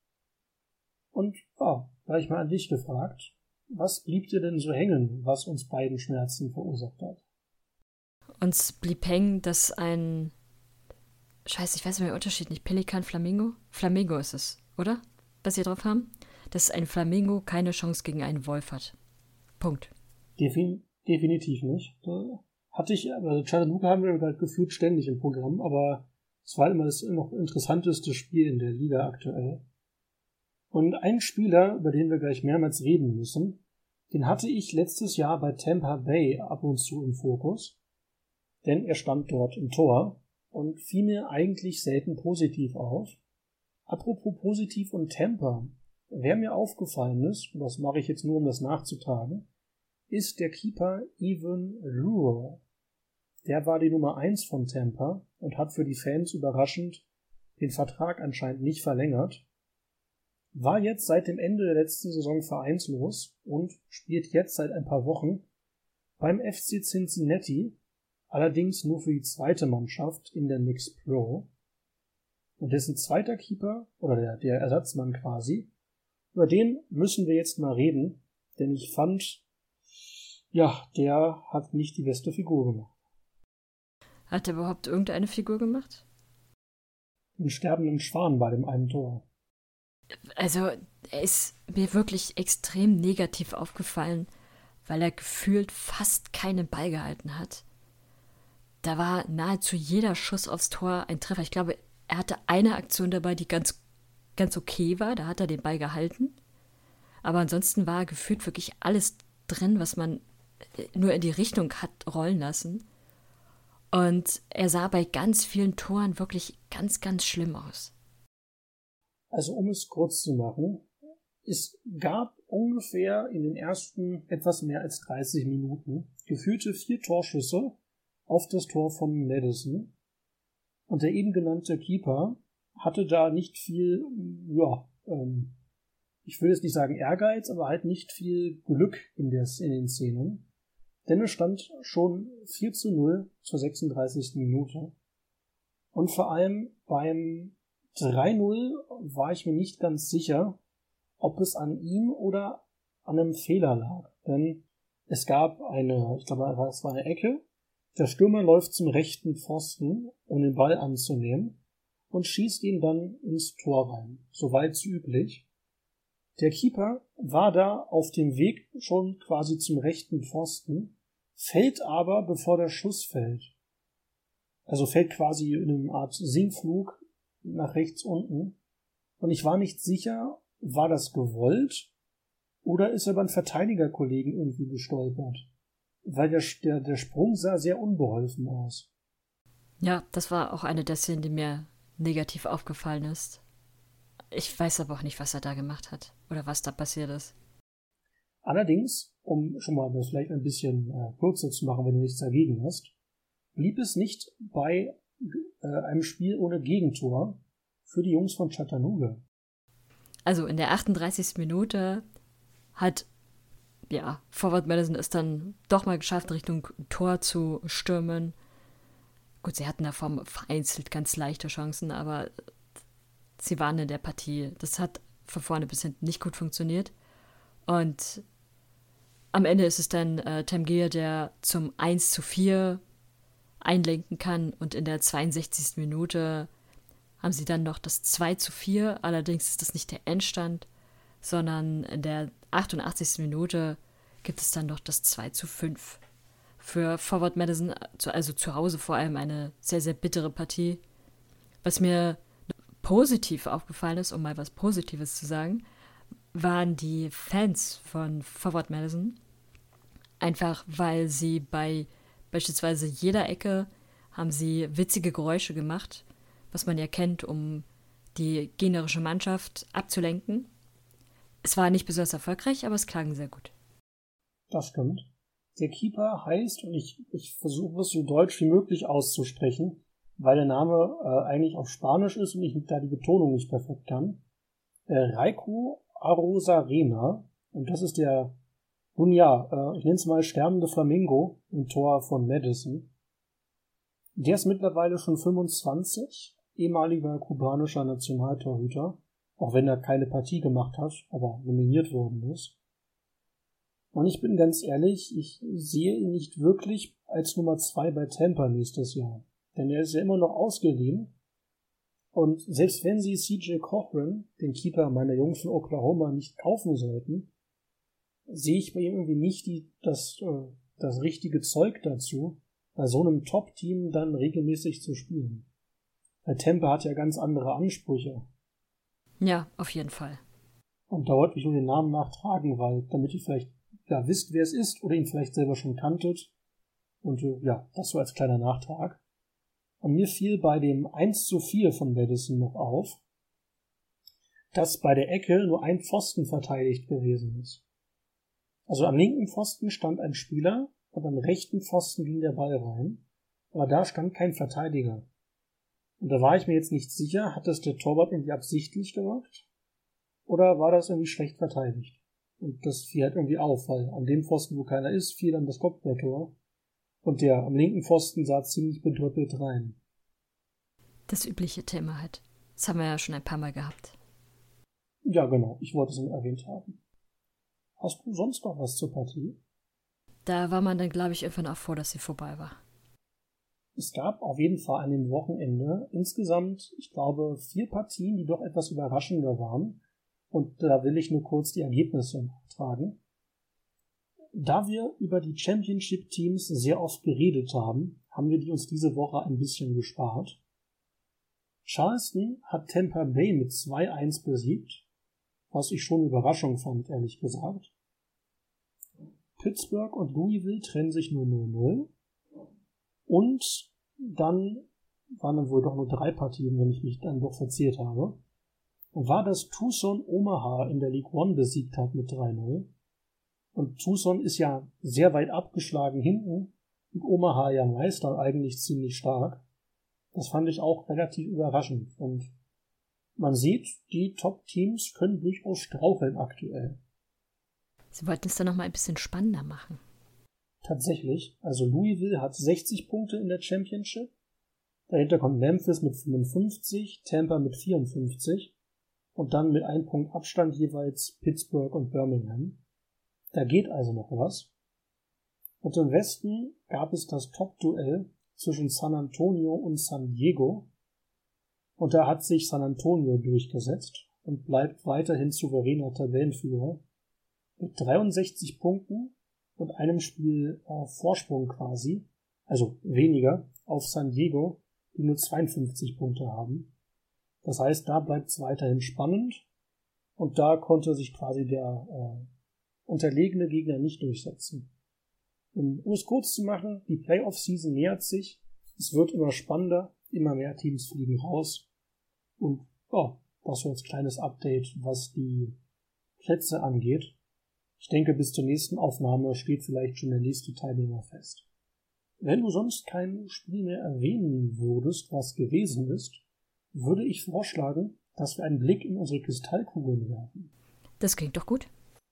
Speaker 5: Und ja, war ich mal an dich gefragt, was blieb dir denn so hängen, was uns beiden Schmerzen verursacht hat?
Speaker 6: Uns blieb hängen, dass ein Scheiße, ich weiß nicht mehr den Unterschied nicht. Pelikan, Flamingo? Flamingo ist es, oder? Was wir drauf haben? Dass ein Flamingo keine Chance gegen einen Wolf hat. Punkt.
Speaker 5: Defin- definitiv nicht. Da hatte ich, also Chattanooga haben wir halt gefühlt ständig im Programm, aber es war immer das noch interessanteste Spiel in der Liga aktuell. Und ein Spieler, über den wir gleich mehrmals reden müssen, den hatte ich letztes Jahr bei Tampa Bay ab und zu im Fokus, denn er stand dort im Tor und fiel mir eigentlich selten positiv auf. Apropos positiv und Tampa, wer mir aufgefallen ist, und das mache ich jetzt nur, um das nachzutragen, ist der Keeper Evan Luo. Der war die Nummer eins von Tampa und hat für die Fans überraschend den Vertrag anscheinend nicht verlängert. War jetzt seit dem Ende der letzten Saison vereinslos und spielt jetzt seit ein paar Wochen beim F C Cincinnati, allerdings nur für die zweite Mannschaft in der Mixed Pro. Und dessen zweiter Keeper, oder der, der Ersatzmann quasi, über den müssen wir jetzt mal reden, denn ich fand, ja, der hat nicht die beste Figur gemacht.
Speaker 6: Hat er überhaupt irgendeine Figur gemacht?
Speaker 5: Den sterbenden Schwan bei dem einen Tor.
Speaker 6: Also, er ist mir wirklich extrem negativ aufgefallen, weil er gefühlt fast keinen Ball gehalten hat. Da war nahezu jeder Schuss aufs Tor ein Treffer. Ich glaube, er hatte eine Aktion dabei, die ganz, ganz okay war. Da hat er den Ball gehalten. Aber ansonsten war gefühlt wirklich alles drin, was man nur in die Richtung hat rollen lassen. Und er sah bei ganz vielen Toren wirklich ganz, ganz schlimm aus.
Speaker 5: Also um es kurz zu machen, es gab ungefähr in den ersten etwas mehr als dreißig Minuten gefühlte vier Torschüsse auf das Tor von Madison. Und der eben genannte Keeper hatte da nicht viel, ja, ähm, ich will jetzt nicht sagen Ehrgeiz, aber halt nicht viel Glück in, des, in den Szenen. Denn es stand schon vier zu null zur sechsunddreißigsten Minute. Und vor allem beim drei null war ich mir nicht ganz sicher, ob es an ihm oder an einem Fehler lag. Denn es gab eine, ich glaube, es war eine Ecke. Der Stürmer läuft zum rechten Pfosten, um den Ball anzunehmen, und schießt ihn dann ins Tor rein. Soweit so üblich. Der Keeper war da auf dem Weg schon quasi zum rechten Pfosten, fällt aber, bevor der Schuss fällt. Also fällt quasi in einer Art Sinkflug nach rechts unten. Und ich war nicht sicher, war das gewollt oder ist er beim Verteidigerkollegen irgendwie gestolpert? Weil der, der, der Sprung sah sehr unbeholfen aus.
Speaker 6: Ja, das war auch eine der Szenen, die mir negativ aufgefallen ist. Ich weiß aber auch nicht, was er da gemacht hat oder was da passiert ist.
Speaker 5: Allerdings, um schon mal das vielleicht ein bisschen äh, kürzer zu machen, wenn du nichts dagegen hast, blieb es nicht bei äh, einem Spiel ohne Gegentor für die Jungs von Chattanooga.
Speaker 6: Also in der achtunddreißigsten Minute hat, ja, Forward Madison es dann doch mal geschafft, Richtung Tor zu stürmen. Gut, sie hatten davor vereinzelt ganz leichte Chancen, aber sie waren in der Partie. Das hat von vorne bis hinten nicht gut funktioniert. Und am Ende ist es dann äh, Tamgea, der zum eins zu vier einlenken kann. Und in der zweiundsechzigsten Minute haben sie dann noch das zwei zu vier. Allerdings ist das nicht der Endstand, sondern in der achtundachtzigsten Minute gibt es dann noch das zwei zu fünf. Für Forward Madison, also zu Hause vor allem, eine sehr, sehr bittere Partie. Was mir positiv aufgefallen ist, um mal was Positives zu sagen, waren die Fans von Forward Madison. Einfach, weil sie bei beispielsweise jeder Ecke haben sie witzige Geräusche gemacht, was man ja kennt, um die gegnerische Mannschaft abzulenken. Es war nicht besonders erfolgreich, aber es klang sehr gut.
Speaker 5: Das stimmt. Der Keeper heißt, und ich, ich versuche es so deutsch wie möglich auszusprechen, weil der Name äh, eigentlich auf Spanisch ist und ich da die Betonung nicht perfekt kann. Äh, Raiko Arozarena. Und das ist der, nun ja, äh, ich nenne es mal sterbende Flamingo im Tor von Madison. Der ist mittlerweile schon fünfundzwanzig, ehemaliger kubanischer Nationaltorhüter, auch wenn er keine Partie gemacht hat, aber nominiert worden ist. Und ich bin ganz ehrlich, ich sehe ihn nicht wirklich als Nummer zwei bei Tampa nächstes Jahr. Denn er ist ja immer noch ausgeliehen. Und selbst wenn sie C J Cochran, den Keeper meiner Jungs von Oklahoma, nicht kaufen sollten, sehe ich bei ihm irgendwie nicht die, das, äh, das richtige Zeug dazu, bei so einem Top-Team dann regelmäßig zu spielen. Weil Tampa hat ja ganz andere Ansprüche.
Speaker 6: Ja, auf jeden Fall.
Speaker 5: Und da wollte ich nur den Namen nachtragen, weil damit ihr vielleicht ja, wisst, wer es ist oder ihn vielleicht selber schon kanntet. Und äh, ja, das so als kleiner Nachtrag. Und mir fiel bei dem eins zu vier von Madison noch auf, dass bei der Ecke nur ein Pfosten verteidigt gewesen ist. Also am linken Pfosten stand ein Spieler und am rechten Pfosten ging der Ball rein. Aber da stand kein Verteidiger. Und da war ich mir jetzt nicht sicher, hat das der Torwart irgendwie absichtlich gemacht? Oder war das irgendwie schlecht verteidigt? Und das fiel halt irgendwie auf, weil an dem Pfosten, wo keiner ist, fiel dann das Kopfballtor. Und der am linken Pfosten sah ziemlich bedrüppelt rein.
Speaker 6: Das übliche Thema halt. Das haben wir ja schon ein paar Mal gehabt.
Speaker 5: Ja, genau. Ich wollte es nur erwähnt haben. Hast du sonst noch was zur Partie?
Speaker 6: Da war man dann, glaube ich, irgendwann auch froh, dass sie vorbei war.
Speaker 5: Es gab auf jeden Fall an dem Wochenende insgesamt, ich glaube, vier Partien, die doch etwas überraschender waren. Und da will ich nur kurz die Ergebnisse nachtragen. Da wir über die Championship-Teams sehr oft geredet haben, haben wir die uns diese Woche ein bisschen gespart. Charleston hat Tampa Bay mit zwei eins besiegt, was ich schon eine Überraschung fand, ehrlich gesagt. Pittsburgh und Louisville trennen sich nur null null. Und dann waren dann wohl doch nur drei Partien, wenn ich mich dann doch verzählt habe. War, dass Tucson Omaha in der League One besiegt hat mit drei null. Und Tucson ist ja sehr weit abgeschlagen hinten und Omaha ja Meister, eigentlich ziemlich stark. Das fand ich auch relativ überraschend. Und man sieht, die Top-Teams können durchaus straucheln aktuell.
Speaker 6: Sie wollten es dann noch mal ein bisschen spannender machen.
Speaker 5: Tatsächlich. Also Louisville hat sechzig Punkte in der Championship. Dahinter kommt Memphis mit fünfundfünfzig, Tampa mit vierundfünfzig. Und dann mit einem Punkt Abstand jeweils Pittsburgh und Birmingham. Da geht also noch was. Und im Westen gab es das Top-Duell zwischen San Antonio und San Diego. Und da hat sich San Antonio durchgesetzt und bleibt weiterhin souveräner Tabellenführer mit dreiundsechzig Punkten und einem Spiel äh, Vorsprung quasi, also weniger, auf San Diego, die nur zweiundfünfzig Punkte haben. Das heißt, da bleibt es weiterhin spannend und da konnte sich quasi der äh, unterlegene Gegner nicht durchsetzen. Um, um es kurz zu machen, die Playoff-Season nähert sich, es wird immer spannender, immer mehr Teams fliegen raus und ja, das so als kleines Update, was die Plätze angeht. Ich denke, bis zur nächsten Aufnahme steht vielleicht schon der nächste Teilnehmer fest. Wenn du sonst kein Spiel mehr erwähnen würdest, was gewesen ist, würde ich vorschlagen, dass wir einen Blick in unsere Kristallkugeln werfen.
Speaker 6: Das klingt doch gut.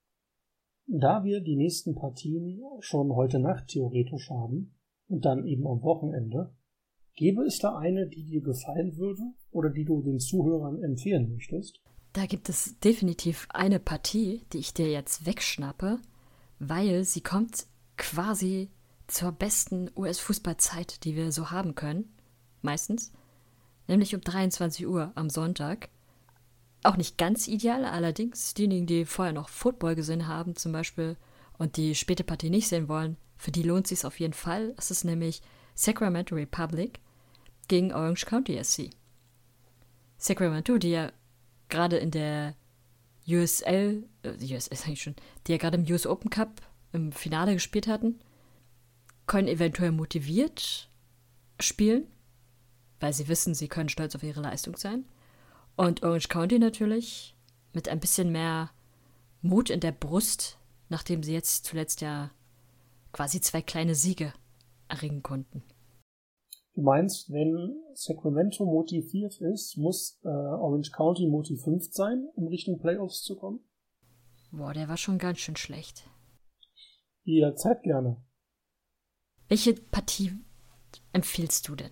Speaker 5: Da wir die nächsten Partien schon heute Nacht theoretisch haben und dann eben am Wochenende, gäbe es da eine, die dir gefallen würde oder die du den Zuhörern empfehlen möchtest?
Speaker 6: Da gibt es definitiv eine Partie, die ich dir jetzt wegschnappe, weil sie kommt quasi zur besten U S-Fußballzeit, die wir so haben können, meistens, nämlich um dreiundzwanzig Uhr am Sonntag. Auch nicht ganz ideal, allerdings diejenigen, die vorher noch Football gesehen haben zum Beispiel und die späte Partie nicht sehen wollen, für die lohnt es sich auf jeden Fall. Es ist nämlich Sacramento Republic gegen Orange County S C. Sacramento, die ja gerade in der U S L, äh, U S L eigentlich schon, die ja gerade im U S Open Cup im Finale gespielt hatten, können eventuell motiviert spielen, weil sie wissen, sie können stolz auf ihre Leistung sein. Und Orange County natürlich mit ein bisschen mehr Mut in der Brust, nachdem sie jetzt zuletzt ja quasi zwei kleine Siege erringen konnten.
Speaker 5: Du meinst, wenn Sacramento motiviert ist, muss äh, Orange County motiviert sein, um Richtung Playoffs zu kommen?
Speaker 6: Boah, der war schon ganz schön schlecht.
Speaker 5: Jederzeit gerne.
Speaker 6: Welche Partie empfiehlst du denn?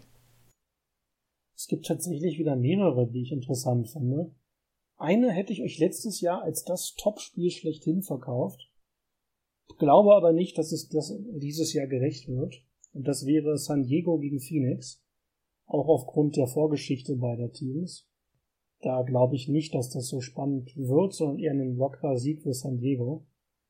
Speaker 5: Es gibt tatsächlich wieder mehrere, die ich interessant finde. Eine hätte ich euch letztes Jahr als das Top-Spiel schlechthin verkauft. Glaube aber nicht, dass es das dieses Jahr gerecht wird. Und das wäre San Diego gegen Phoenix. Auch aufgrund der Vorgeschichte beider Teams. Da glaube ich nicht, dass das so spannend wird, sondern eher ein lockerer Sieg für San Diego.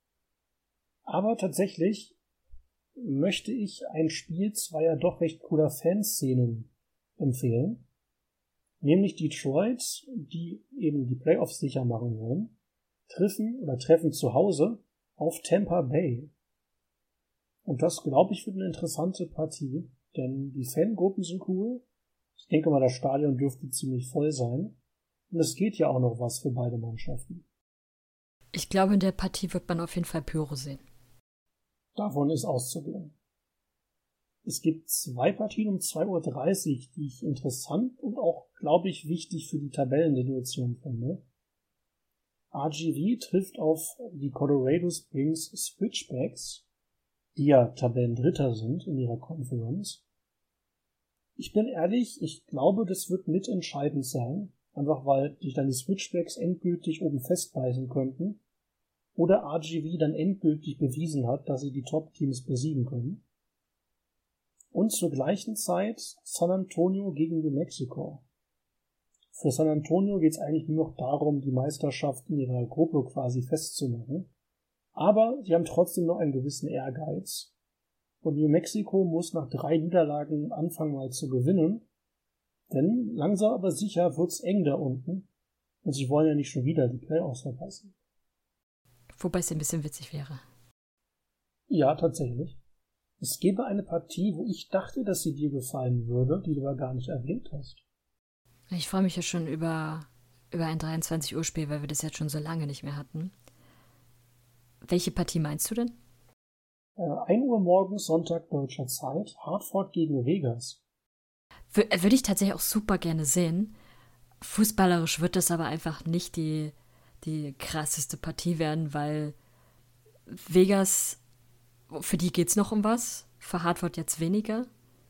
Speaker 5: Aber tatsächlich möchte ich ein Spiel zweier doch recht cooler Fanszenen empfehlen. Nämlich Detroit, die eben die Playoffs sicher machen wollen, treffen oder treffen zu Hause auf Tampa Bay. Und das, glaube ich, wird eine interessante Partie, denn die Fangruppen sind cool. Ich denke mal, das Stadion dürfte ziemlich voll sein. Und es geht ja auch noch was für beide Mannschaften.
Speaker 6: Ich glaube, in der Partie wird man auf jeden Fall Pyro sehen.
Speaker 5: Davon ist auszugehen. Es gibt zwei Partien um zwei Uhr dreißig, die ich interessant und auch, glaube ich, wichtig für die Tabellensituation finde. R G V trifft auf die Colorado Springs Switchbacks, die ja Tabellendritter sind in ihrer Conference. Ich bin ehrlich, ich glaube, das wird mitentscheidend sein, einfach weil sich dann die Switchbacks endgültig oben festbeißen könnten oder R G V dann endgültig bewiesen hat, dass sie die Top-Teams besiegen können. Und zur gleichen Zeit San Antonio gegen New Mexico. Für San Antonio geht es eigentlich nur noch darum, die Meisterschaft in ihrer Gruppe quasi festzumachen. Aber sie haben trotzdem noch einen gewissen Ehrgeiz. Und New Mexico muss nach drei Niederlagen anfangen mal zu gewinnen. Denn langsam aber sicher wird's eng da unten. Und sie wollen ja nicht schon wieder die Playoffs verpassen.
Speaker 6: Wobei es ein bisschen witzig wäre.
Speaker 5: Ja, tatsächlich. Es gäbe eine Partie, wo ich dachte, dass sie dir gefallen würde, die du aber gar nicht erwähnt hast.
Speaker 6: Ich freue mich ja schon über, über ein dreiundzwanzig Uhr Spiel, weil wir das jetzt schon so lange nicht mehr hatten. Welche Partie meinst du denn?
Speaker 5: Äh, ein Uhr morgens, Sonntag deutscher Zeit, Hartford gegen Vegas.
Speaker 6: W- würde ich tatsächlich auch super gerne sehen. Fußballerisch wird das aber einfach nicht die, die krasseste Partie werden, weil Vegas, für die geht's noch um was, für Hartford jetzt weniger.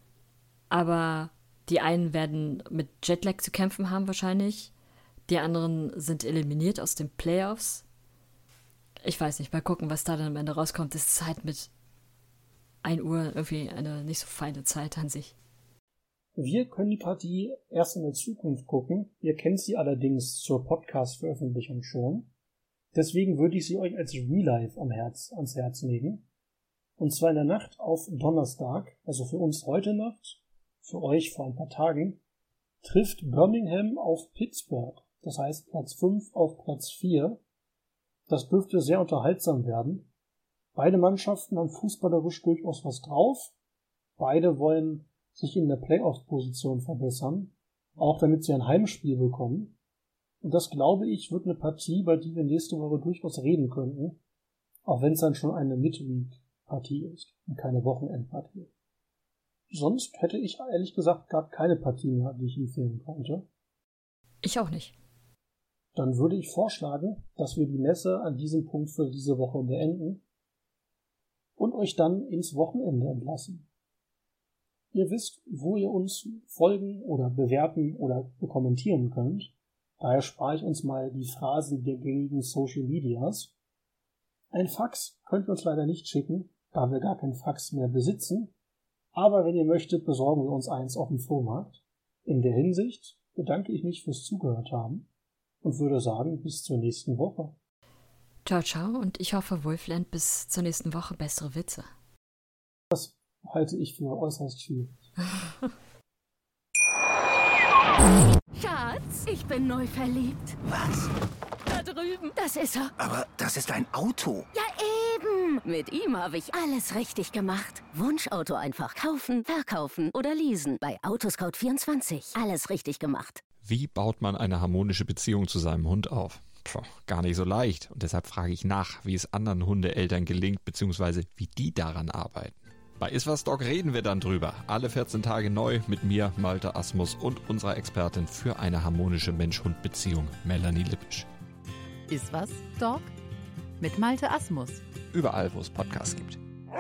Speaker 6: Aber die einen werden mit Jetlag zu kämpfen haben wahrscheinlich. Die anderen sind eliminiert aus den Playoffs. ich weiß nicht, mal gucken, was da dann am Ende rauskommt. Das ist halt mit ein Uhr irgendwie eine nicht so feine Zeit an sich.
Speaker 5: Wir können die Partie erst in der Zukunft gucken. Ihr kennt sie allerdings zur Podcast-Veröffentlichung schon. Deswegen würde ich sie euch als Real Life am Herz, ans Herz legen. Und zwar in der Nacht auf Donnerstag, also für uns heute Nacht, für euch vor ein paar Tagen, trifft Birmingham auf Pittsburgh. Das heißt Platz fünf auf Platz vier. Das dürfte sehr unterhaltsam werden. Beide Mannschaften haben fußballerisch durchaus was drauf. Beide wollen sich in der Playoff-Position verbessern, auch damit sie ein Heimspiel bekommen. Und das, glaube ich, wird eine Partie, über die wir nächste Woche durchaus reden könnten, auch wenn es dann schon eine Midweek-Partie ist und keine Wochenendpartie. Sonst hätte ich ehrlich gesagt gar keine Partie mehr, die ich empfehlen konnte.
Speaker 6: Ich auch nicht.
Speaker 5: Dann würde ich vorschlagen, dass wir die Messe an diesem Punkt für diese Woche beenden und euch dann ins Wochenende entlassen. Ihr wisst, wo ihr uns folgen oder bewerten oder kommentieren könnt. Daher spare ich uns mal die Phrasen der gängigen Social Medias. Ein Fax könnt ihr uns leider nicht schicken, da wir gar kein Fax mehr besitzen. Aber wenn ihr möchtet, besorgen wir uns eins auf dem Flohmarkt. In der Hinsicht bedanke ich mich fürs Zugehört haben und würde sagen, bis zur nächsten Woche.
Speaker 6: Ciao, ciao und ich hoffe, Wolfland, bis zur nächsten Woche bessere Witze.
Speaker 5: Das halte ich für äußerst schwierig.
Speaker 4: Schatz, ich bin neu verliebt.
Speaker 7: Was?
Speaker 4: Da drüben. Das ist er.
Speaker 7: Aber das ist ein Auto.
Speaker 4: Ja, eben. Mit ihm habe ich alles richtig gemacht. Wunschauto einfach kaufen, verkaufen oder leasen. Bei Autoscout vierundzwanzig. Alles richtig gemacht.
Speaker 8: Wie baut man eine harmonische Beziehung zu seinem Hund auf? Puh, gar nicht so leicht. Und deshalb frage ich nach, wie es anderen Hundeeltern gelingt, beziehungsweise wie die daran arbeiten. Bei Iswas Dog reden wir dann drüber. Alle vierzehn Tage neu mit mir, Malte Asmus und unserer Expertin für eine harmonische Mensch-Hund-Beziehung, Melanie Lippisch.
Speaker 9: Iswas Dog mit Malte Asmus.
Speaker 8: Überall, wo es Podcasts gibt.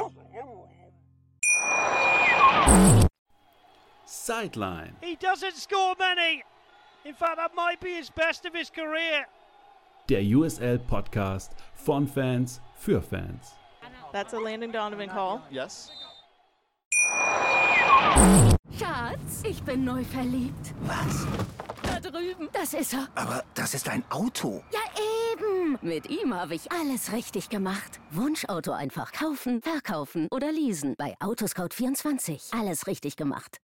Speaker 1: Sideline.
Speaker 2: He doesn't score many. In fact, that might be his best of his career.
Speaker 1: Der U S L Podcast von Fans für Fans.
Speaker 3: That's a Landon Donovan call.
Speaker 10: Yes.
Speaker 4: Schatz, ich bin neu verliebt.
Speaker 7: Was?
Speaker 4: Da drüben. Das ist er.
Speaker 7: Aber das ist ein Auto.
Speaker 4: Ja, eben. Mit ihm habe ich alles richtig gemacht. Wunschauto einfach kaufen, verkaufen oder leasen. Bei Autoscout vierundzwanzig. Alles richtig gemacht.